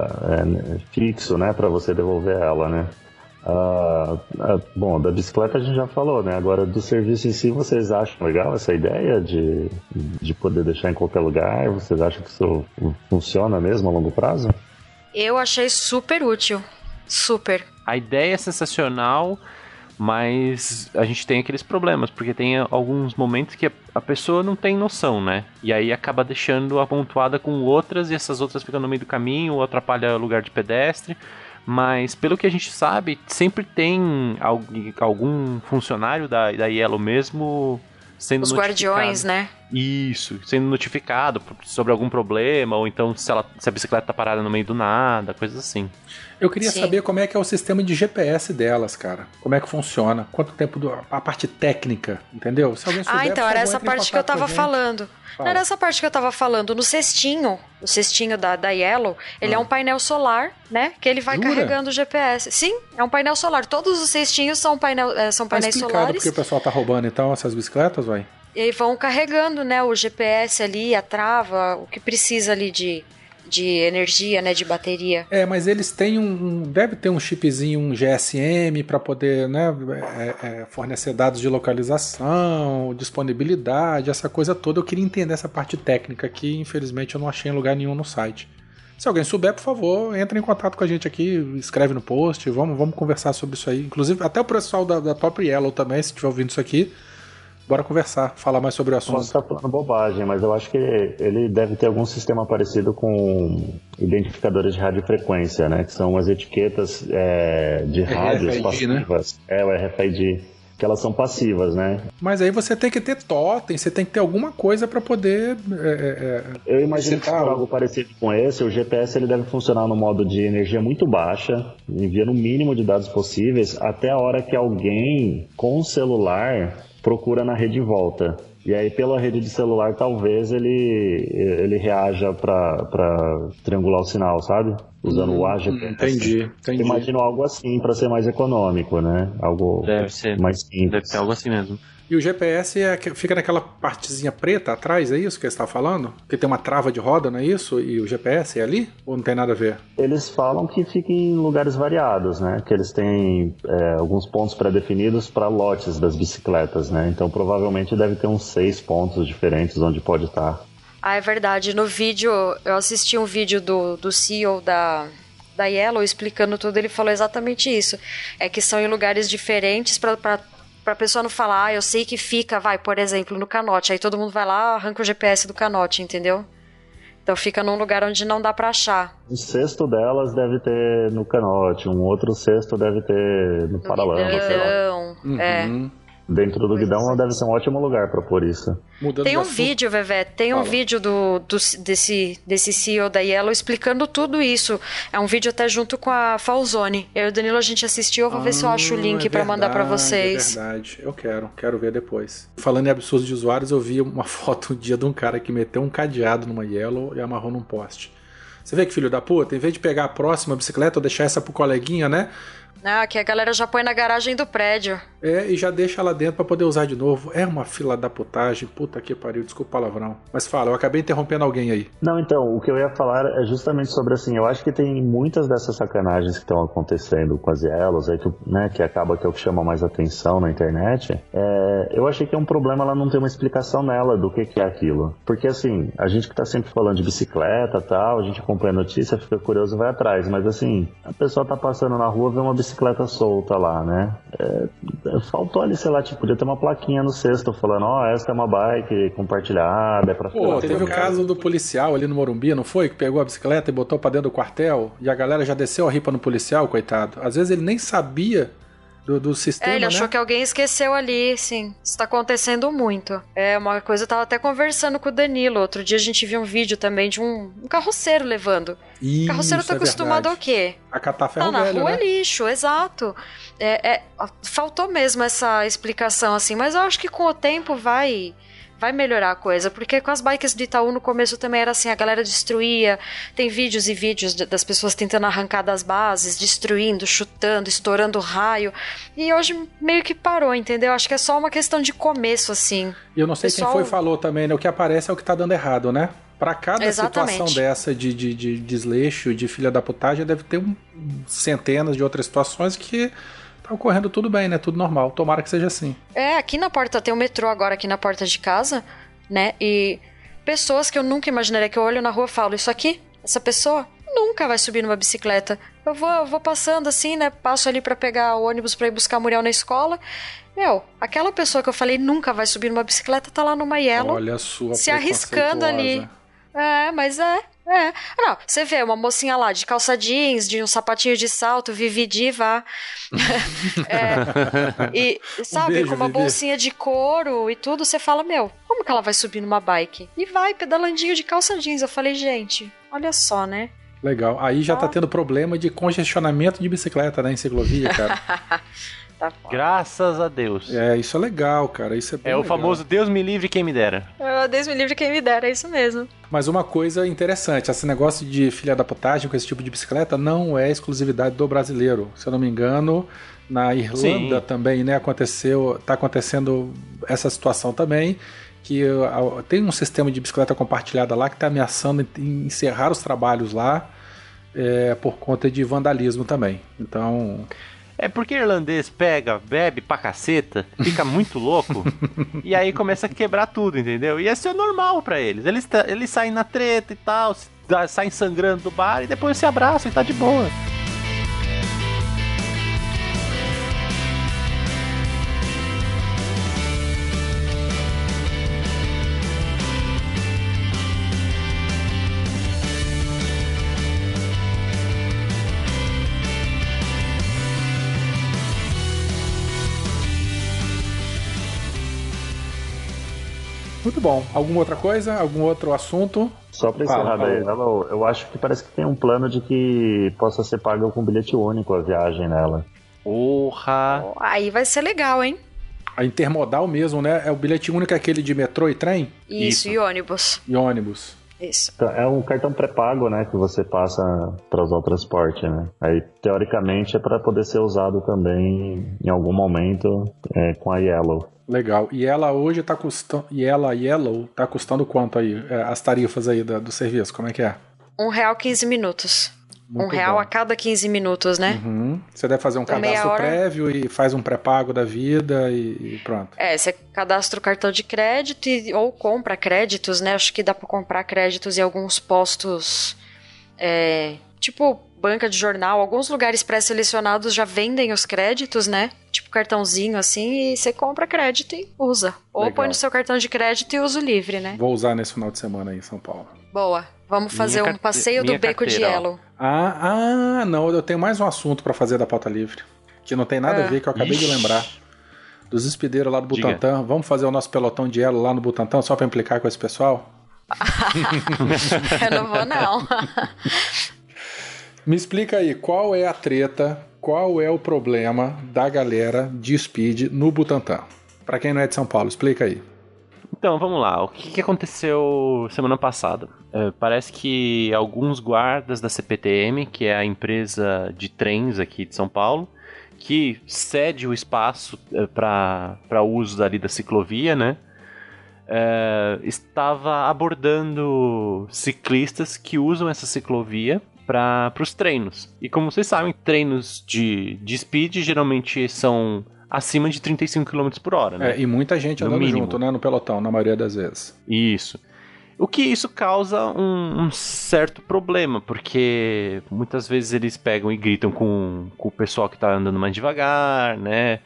fixo, né? Para você devolver ela, né? Bom, da bicicleta a gente já falou, né? Agora, do serviço em si, vocês acham legal essa ideia de poder deixar em qualquer lugar? Vocês acham que isso funciona mesmo a longo prazo? Eu achei super útil. Super. A ideia é sensacional, mas a gente tem aqueles problemas, porque tem alguns momentos que a pessoa não tem noção, né? E aí acaba deixando amontoada com outras, e essas outras ficam no meio do caminho, ou atrapalha o lugar de pedestre. Mas pelo que a gente sabe, sempre tem algum funcionário da Yellow mesmo sendo Os notificado. guardiões, né? Isso, sendo notificado sobre algum problema, ou então se a bicicleta tá parada no meio do nada, coisas assim. Eu queria saber como é que é o sistema de GPS delas, cara. Como é que funciona? Quanto tempo a parte técnica, entendeu? Se alguém souber, então era essa parte que eu tava falando. Não era essa parte que eu tava falando. No cestinho da Yellow, ele é um painel solar, né? Que ele vai carregando o GPS. Sim, é um painel solar. Todos os cestinhos são painéis solares. Porque o pessoal tá roubando então essas bicicletas, vai? E aí vão carregando, né? O GPS ali, a trava, o que precisa ali de energia, né, de bateria. Mas eles têm deve ter um chipzinho, um GSM para poder, né, fornecer dados de localização, disponibilidade, essa coisa toda. Eu queria entender essa parte técnica que, infelizmente, eu não achei em lugar nenhum no site. Se alguém souber, por favor, entre em contato com a gente aqui, escreve no post, vamos conversar sobre isso aí. Inclusive, até o pessoal da Top Yellow também, se estiver ouvindo isso aqui, bora conversar, falar mais sobre o assunto. Você está falando bobagem, mas eu acho que ele deve ter algum sistema parecido com identificadores de radiofrequência, né? Que são as etiquetas de rádios RFID, passivas. Né? O RFID, que elas são passivas, né? Mas aí você tem que ter totem, você tem que ter alguma coisa para poder... Eu imagino que for algo parecido com esse, o GPS ele deve funcionar no modo de energia muito baixa, enviando o mínimo de dados possíveis, até a hora que alguém com o celular procura na rede em volta. E aí, pela rede de celular, talvez ele reaja para triangular o sinal, sabe? Usando o AGPS. Entendi. Imagino algo assim, para ser mais econômico, né? Algo deve ser mais simples. Deve ser algo assim mesmo. E o GPS fica naquela partezinha preta atrás, é isso que você está falando? Que tem uma trava de roda, não é isso? E o GPS é ali? Ou não tem nada a ver? Eles falam que fica em lugares variados, né? Que eles têm alguns pontos pré-definidos para lotes das bicicletas, né? Então provavelmente deve ter uns 6 pontos diferentes onde pode estar. É verdade. No vídeo, eu assisti um vídeo do CEO da Yellow explicando tudo, ele falou exatamente isso. É que são em lugares diferentes pra pessoa não falar, eu sei que fica, por exemplo, no canote. Aí todo mundo vai lá, arranca o GPS do canote, entendeu? Então fica num lugar onde não dá pra achar. Um cesto delas deve ter no canote, um outro cesto deve ter no paralama, sei lá. Dentro do guidão deve ser um ótimo lugar pra pôr isso. Tem um vídeo, Vevé, tem um vídeo desse CEO da Yellow explicando tudo isso. É um vídeo até junto com a Falzone. Eu e o Danilo, a gente assistiu, eu vou ver se eu acho o link pra mandar pra vocês. É verdade, eu quero ver depois. Falando em absurdo de usuários, eu vi uma foto um dia de um cara que meteu um cadeado numa Yellow e amarrou num poste. Você vê que filho da puta, em vez de pegar a próxima bicicleta ou deixar essa pro coleguinha, né? Ah, que a galera já põe na garagem do prédio. E já deixa lá dentro pra poder usar de novo. É uma fila da putagem, puta que pariu, desculpa o palavrão. Mas fala, eu acabei interrompendo alguém aí. Não, então, o que eu ia falar é justamente sobre assim, eu acho que tem muitas dessas sacanagens que estão acontecendo com as Yellows, aí, né, que acaba que é o que chama mais atenção na internet. Eu achei que é um problema ela não ter uma explicação nela do que é aquilo. Porque assim, a gente que tá sempre falando de bicicleta e tal, a gente acompanha a notícia, fica curioso e vai atrás. Mas assim, a pessoa tá passando na rua, vê uma bicicleta solta lá, né? Faltou ali, sei lá, tipo, podia ter uma plaquinha no cesto falando, essa é uma bike compartilhada, é pra ficar. Pô, teve o caso do policial ali no Morumbi, não foi? Que pegou a bicicleta e botou pra dentro do quartel e a galera já desceu a ripa no policial, coitado. Às vezes ele nem sabia do sistema, ele achou, né? que alguém esqueceu ali, sim. Isso tá acontecendo muito. Uma coisa, eu tava até conversando com o Danilo. Outro dia a gente viu um vídeo também de um carroceiro levando. O carroceiro tá acostumado ao quê? A catar ferro na velho, rua né? É lixo, exato. Faltou mesmo essa explicação, assim. Mas eu acho que com o tempo vai melhorar a coisa, porque com as bikes do Itaú no começo também era assim, a galera destruía, tem vídeos e vídeos das pessoas tentando arrancar das bases, destruindo, chutando, estourando raio, e hoje meio que parou, entendeu? Acho que é só uma questão de começo, assim. E eu não sei quem foi e falou também, né? O que aparece é o que tá dando errado, né? Pra cada situação dessa de desleixo, de filha da putagem, deve ter centenas de outras situações que tá ocorrendo tudo bem, né? Tudo normal. Tomara que seja assim. Aqui na porta, tem um metrô agora aqui na porta de casa, né? E pessoas que eu nunca imaginaria, que eu olho na rua e falo, isso aqui, essa pessoa nunca vai subir numa bicicleta. Eu vou passando assim, né? Passo ali pra pegar o ônibus pra ir buscar a Muriel na escola. Aquela pessoa que eu falei nunca vai subir numa bicicleta tá lá numa Yellow. Olha a sua se arriscando ali. Mas não, você vê uma mocinha lá de calça jeans, de um sapatinho de salto, Vivi Diva. E, sabe, beijo, com uma Vivi. bolsinha de couro e tudo, você fala, como que ela vai subir numa bike? E vai, pedalandinho de calça jeans. Eu falei, gente, olha só, né? Legal. Aí já tá tendo problema de congestionamento de bicicleta, né, em ciclovia, cara. Tá. Graças a Deus. Isso é legal, cara. Isso é bem o legal. famoso Deus me livre quem me dera. Deus me livre quem me dera, é isso mesmo. Mas uma coisa interessante, esse negócio de filha da putagem com esse tipo de bicicleta não é exclusividade do brasileiro. Se eu não me engano, na Irlanda também, né, tá acontecendo essa situação também, que tem um sistema de bicicleta compartilhada lá que está ameaçando encerrar os trabalhos lá por conta de vandalismo também. Então... É porque irlandês pega, bebe pra caceta, fica muito louco, e aí começa a quebrar tudo, entendeu? E isso é normal pra eles. Eles saem na treta e tal, saem sangrando do bar e depois se abraçam e tá de boa. Muito bom. Alguma outra coisa? Algum outro assunto? Só pra encerrar daí, eu acho que parece que tem um plano de que possa ser paga com bilhete único a viagem nela. Porra! Aí vai ser legal, hein? A intermodal mesmo, né? É o bilhete único aquele de metrô e trem? Isso. E ônibus. E ônibus. Isso. É um cartão pré-pago, né, que você passa para usar o transporte, né? Aí, teoricamente, é para poder ser usado também em algum momento com a Yellow. Legal. E ela hoje tá custando... E ela, Yellow, tá custando quanto aí? As tarifas aí do serviço, como é que é? R$1 15 minutos. Muito R$1 bom. a cada 15 minutos, né? Uhum. Você deve fazer um Então, cadastro meia hora... prévio e faz um pré-pago da vida e pronto. Você cadastra o cartão de crédito ou compra créditos, né? Acho que dá pra comprar créditos em alguns postos, tipo banca de jornal. Alguns lugares pré-selecionados já vendem os créditos, né? Tipo cartãozinho assim, e você compra crédito e usa. Ou Legal. põe no seu cartão de crédito e usa o livre, né? Vou usar nesse final de semana aí em São Paulo. Boa. Vamos fazer um passeio do Beco de Yellow. Não, eu tenho mais um assunto pra fazer da pauta livre, que não tem nada a ver, que eu acabei de lembrar. Dos espiadeiros lá do Butantã. Vamos fazer o nosso pelotão de Yellow lá no Butantã, só pra implicar com esse pessoal? Eu não vou, não. Me explica aí, qual é a treta, qual é o problema da galera de speed no Butantã? Pra quem não é de São Paulo, explica aí. Então, vamos lá. O que aconteceu semana passada? Parece que alguns guardas da CPTM, que é a empresa de trens aqui de São Paulo, que cede o espaço para uso dali da ciclovia, né? Estava abordando ciclistas que usam essa ciclovia para os treinos. E como vocês sabem, treinos de speed geralmente são acima de 35 km por hora, né? E muita gente andando junto, né, no pelotão, na maioria das vezes. Isso. O que isso causa um certo problema, porque muitas vezes eles pegam e gritam com o pessoal que está andando mais devagar, né?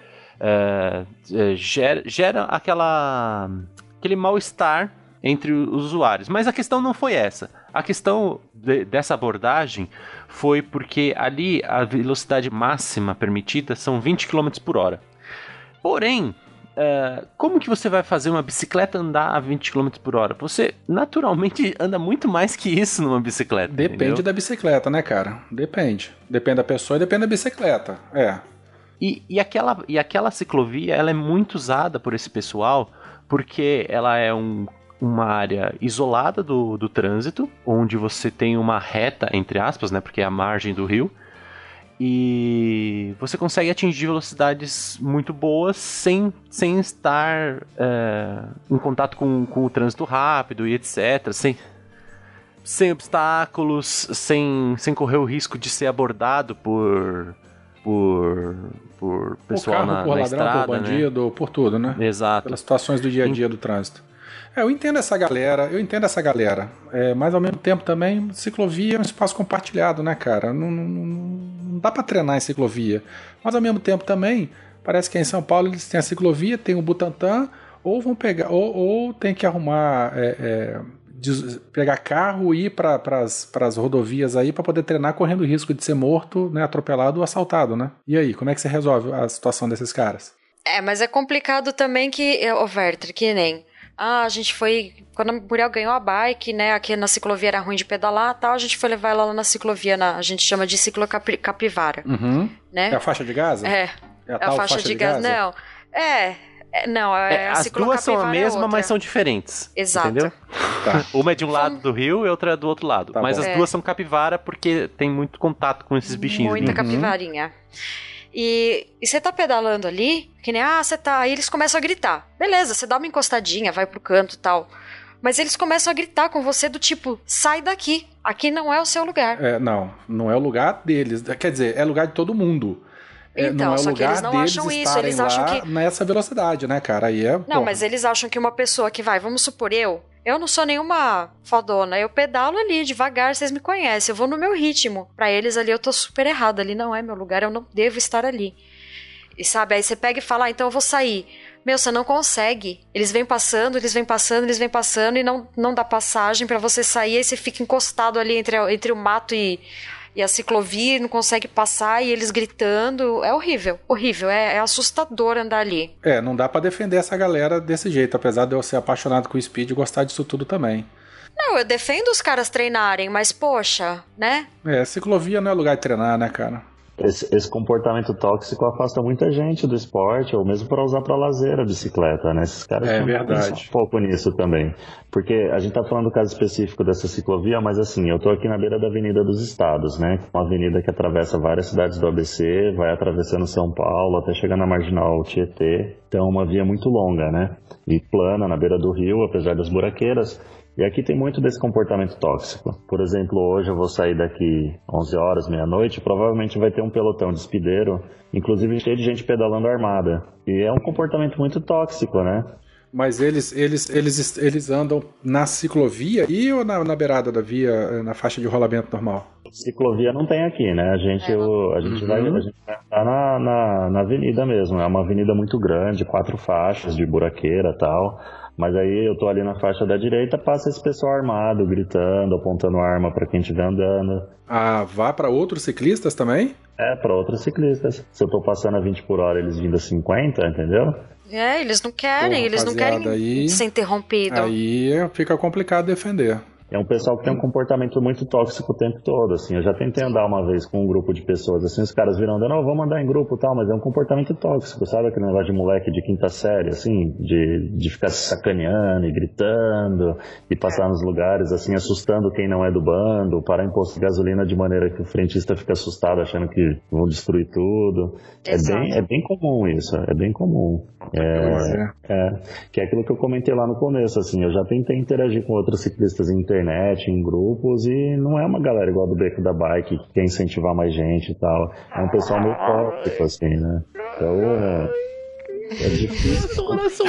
Gera aquele mal-estar entre os usuários. Mas a questão não foi essa. A questão dessa abordagem foi porque ali a velocidade máxima permitida são 20 km por hora. Porém, como que você vai fazer uma bicicleta andar a 20 km por hora? Você naturalmente anda muito mais que isso numa bicicleta. Depende da bicicleta, né, cara? Depende. Depende da pessoa e depende da bicicleta. E aquela ciclovia, ela é muito usada por esse pessoal porque ela é uma área isolada do trânsito, onde você tem uma reta, entre aspas, né, porque é a margem do rio, e você consegue atingir velocidades muito boas sem estar em contato com o trânsito rápido e etc. Sem obstáculos, sem correr o risco de ser abordado por pessoal por ladrão, estrada, por bandido, né? Por tudo, né? Exato. Pelas situações do dia a dia do trânsito. Eu entendo essa galera, mas ao mesmo tempo também, ciclovia é um espaço compartilhado, né, cara? Não dá pra treinar em ciclovia. Mas ao mesmo tempo também, parece que em São Paulo eles têm a ciclovia, tem o Butantã, ou vão pegar, ou tem que arrumar, pegar carro e ir para as rodovias aí para poder treinar correndo o risco de ser morto, né, atropelado ou assaltado, né? E aí, como é que você resolve a situação desses caras? Mas é complicado também que, Werther, que nem... a gente foi... Quando a Muriel ganhou a bike, né, aqui na ciclovia era ruim de pedalar e tal, a gente foi levar ela lá na ciclovia, a gente chama de ciclocapivara. Uhum. Né? É a faixa de Gaza? É a faixa de Gaza. Não, não, as duas são a mesma, mas são diferentes. Exato. Entendeu? Tá. Uma é de um lado do rio e outra é do outro lado. Tá, mas bom. As duas são capivara porque tem muito contato com esses bichinhos. Muita capivarinha. E você tá pedalando ali, que nem, você tá... Aí eles começam a gritar. Beleza, você dá uma encostadinha, vai pro canto e tal. Mas eles começam a gritar com você do tipo, sai daqui, aqui não é o seu lugar. Não é o lugar deles. Quer dizer, é lugar de todo mundo. Então, não é só o que eles lugar não deles acham isso, estarem eles acham lá que... nessa velocidade, né, cara? Aí Não, mas eles acham que uma pessoa que vai, vamos supor, eu não sou nenhuma fodona, eu pedalo ali devagar, vocês me conhecem, eu vou no meu ritmo. Pra eles ali eu tô super errada, ali não é meu lugar, eu não devo estar ali. E sabe, aí você pega e fala, então eu vou sair. Meu, você não consegue. Eles vêm passando e não dá passagem pra você sair, aí você fica encostado ali entre o mato e a ciclovia, não consegue passar, e eles gritando. É horrível, é assustador andar ali. Não dá pra defender essa galera desse jeito, apesar de eu ser apaixonado com o speed e gostar disso tudo também. Não, eu defendo os caras treinarem, mas poxa, né? Ciclovia não é lugar de treinar, né, cara? Esse comportamento tóxico afasta muita gente do esporte, ou mesmo para usar para lazer a bicicleta, né? Esses caras pensam um pouco nisso também. Porque a gente tá falando do caso específico dessa ciclovia, mas assim, eu tô aqui na beira da Avenida dos Estados, né? Uma avenida que atravessa várias cidades do ABC, vai atravessando São Paulo até chegar na Marginal Tietê. Então é uma via muito longa, né? E plana, na beira do rio, apesar das buraqueiras. E aqui tem muito desse comportamento tóxico. Por exemplo, hoje eu vou sair daqui 11 horas, meia-noite, provavelmente vai ter um pelotão de speedeiro, inclusive cheio de gente pedalando armada. E é um comportamento muito tóxico, né? Mas eles andam na ciclovia ou na beirada da via, na faixa de rolamento normal? Ciclovia não tem aqui, né? A gente vai estar na avenida mesmo. É uma avenida muito grande, 4 faixas de buraqueira e tal. Mas aí eu tô ali na faixa da direita, passa esse pessoal armado, gritando, apontando arma pra quem estiver andando. Ah, vá pra outros ciclistas também? É, pra outros ciclistas. Se eu tô passando a 20 por hora, eles vindo a 50, entendeu? Eles não querem, eles não querem ser interrompido. Aí fica complicado defender. É um pessoal que tem um comportamento muito tóxico o tempo todo, assim. Eu já tentei andar uma vez com um grupo de pessoas, assim, os caras viram andando, vamos andar em grupo e tal, mas é um comportamento tóxico, sabe? Aquele negócio de moleque de quinta série, assim, de ficar se sacaneando e gritando, e passar nos lugares, assim, assustando quem não é do bando, parar em posto de gasolina de maneira que o frentista fica assustado, achando que vão destruir tudo. É bem comum isso, é bem comum. Que é aquilo que eu comentei lá no começo, assim, eu já tentei interagir com outros ciclistas em internet, em grupos, e não é uma galera igual do Beco da Bike que quer incentivar mais gente e tal. É um pessoal meio tóxico, assim, né? Então é difícil.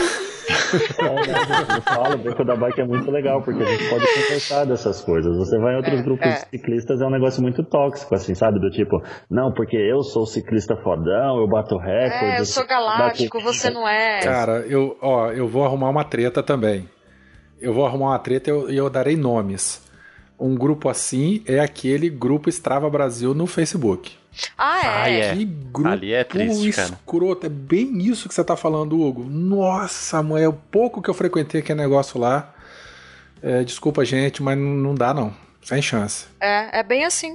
Eu falo, o Beco da Bike é muito legal, porque a gente pode conversar dessas coisas. Você vai em outros grupos de ciclistas, é um negócio muito tóxico, assim, sabe? Do tipo, não, porque eu sou ciclista fodão, eu bato recorde. Eu sou galáctico, você não é. Cara, eu vou arrumar uma treta também. Eu vou arrumar uma treta e eu darei nomes. Um grupo assim é aquele grupo Strava Brasil no Facebook. Que grupo ali é triste, escroto. É bem isso que você tá falando, Hugo. Nossa, mãe, é o pouco que eu frequentei aquele negócio lá. Desculpa, gente, mas não dá, não. Sem chance. É bem assim.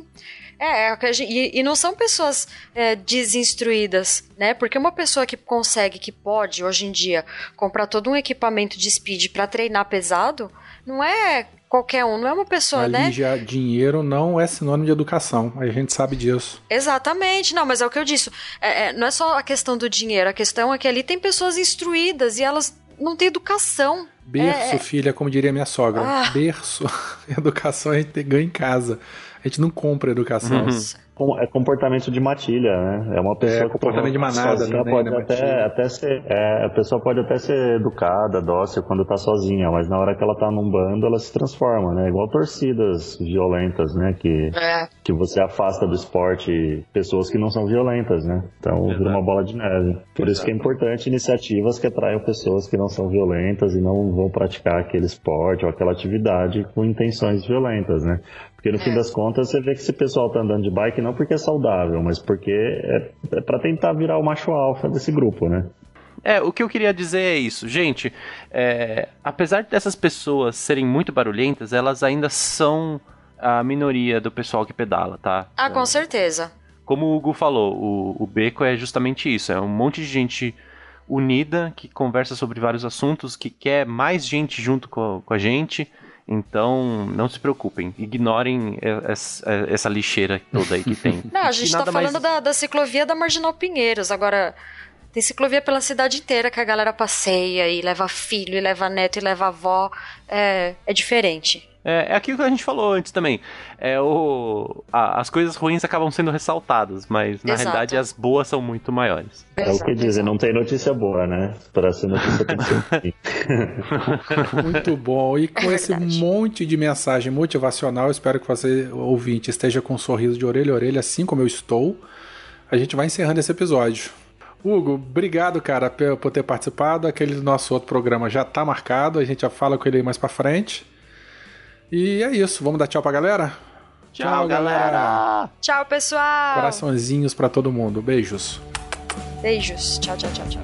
E não são pessoas desinstruídas, né? Porque uma pessoa que consegue, que pode, hoje em dia, comprar todo um equipamento de speed pra treinar pesado, não é qualquer um, não é uma pessoa, ali, né? Já dinheiro não é sinônimo de educação, a gente sabe disso. Exatamente, não, mas é o que eu disse. Não é só a questão do dinheiro, a questão é que ali tem pessoas instruídas e elas não têm educação. Berço, filha, como diria minha sogra. Berço, educação a gente ganha em casa. A gente não compra educação. É comportamento de matilha, né? É uma pessoa que comportamento de manada também, pode né, até ser, a pessoa pode até ser educada, dócil quando tá sozinha, mas na hora que ela tá num bando, ela se transforma, né? Igual torcidas violentas, né? Que você afasta do esporte pessoas que não são violentas, né? Então vira uma bola de neve. Por isso que é importante iniciativas que atraiam pessoas que não são violentas e não vão praticar aquele esporte ou aquela atividade com intenções violentas, né? Porque no fim das contas você vê que esse pessoal tá andando de bike não porque é saudável, mas porque é pra tentar virar o macho alfa desse grupo, né? O que eu queria dizer é isso, gente, apesar dessas pessoas serem muito barulhentas, elas ainda são a minoria do pessoal que pedala, tá? Com certeza. Como o Hugo falou, o Beco é justamente isso, é um monte de gente unida, que conversa sobre vários assuntos, que quer mais gente junto com a gente. Então, não se preocupem, ignorem essa lixeira toda aí que tem. Não, a gente tá falando da ciclovia da Marginal Pinheiros, agora tem ciclovia pela cidade inteira que a galera passeia e leva filho, e leva neto, e leva avó, é diferente. É aquilo que a gente falou antes também. As coisas ruins acabam sendo ressaltadas, mas na realidade as boas são muito maiores. É o que dizem, não tem notícia boa, né? Para ser notícia tem que ser ruim. Muito bom. E com esse monte de mensagem motivacional, espero que você, ouvinte, esteja com um sorriso de orelha a orelha, assim como eu estou. A gente vai encerrando esse episódio. Hugo, obrigado, cara, por ter participado. Aquele nosso outro programa já tá marcado, a gente já fala com ele aí mais pra frente. E é isso, vamos dar tchau pra galera? Tchau, galera! Tchau, pessoal! Coraçõezinhos pra todo mundo, beijos. Beijos, tchau, tchau, tchau, tchau.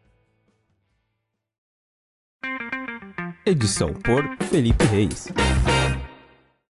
Edição por Felipe Reis.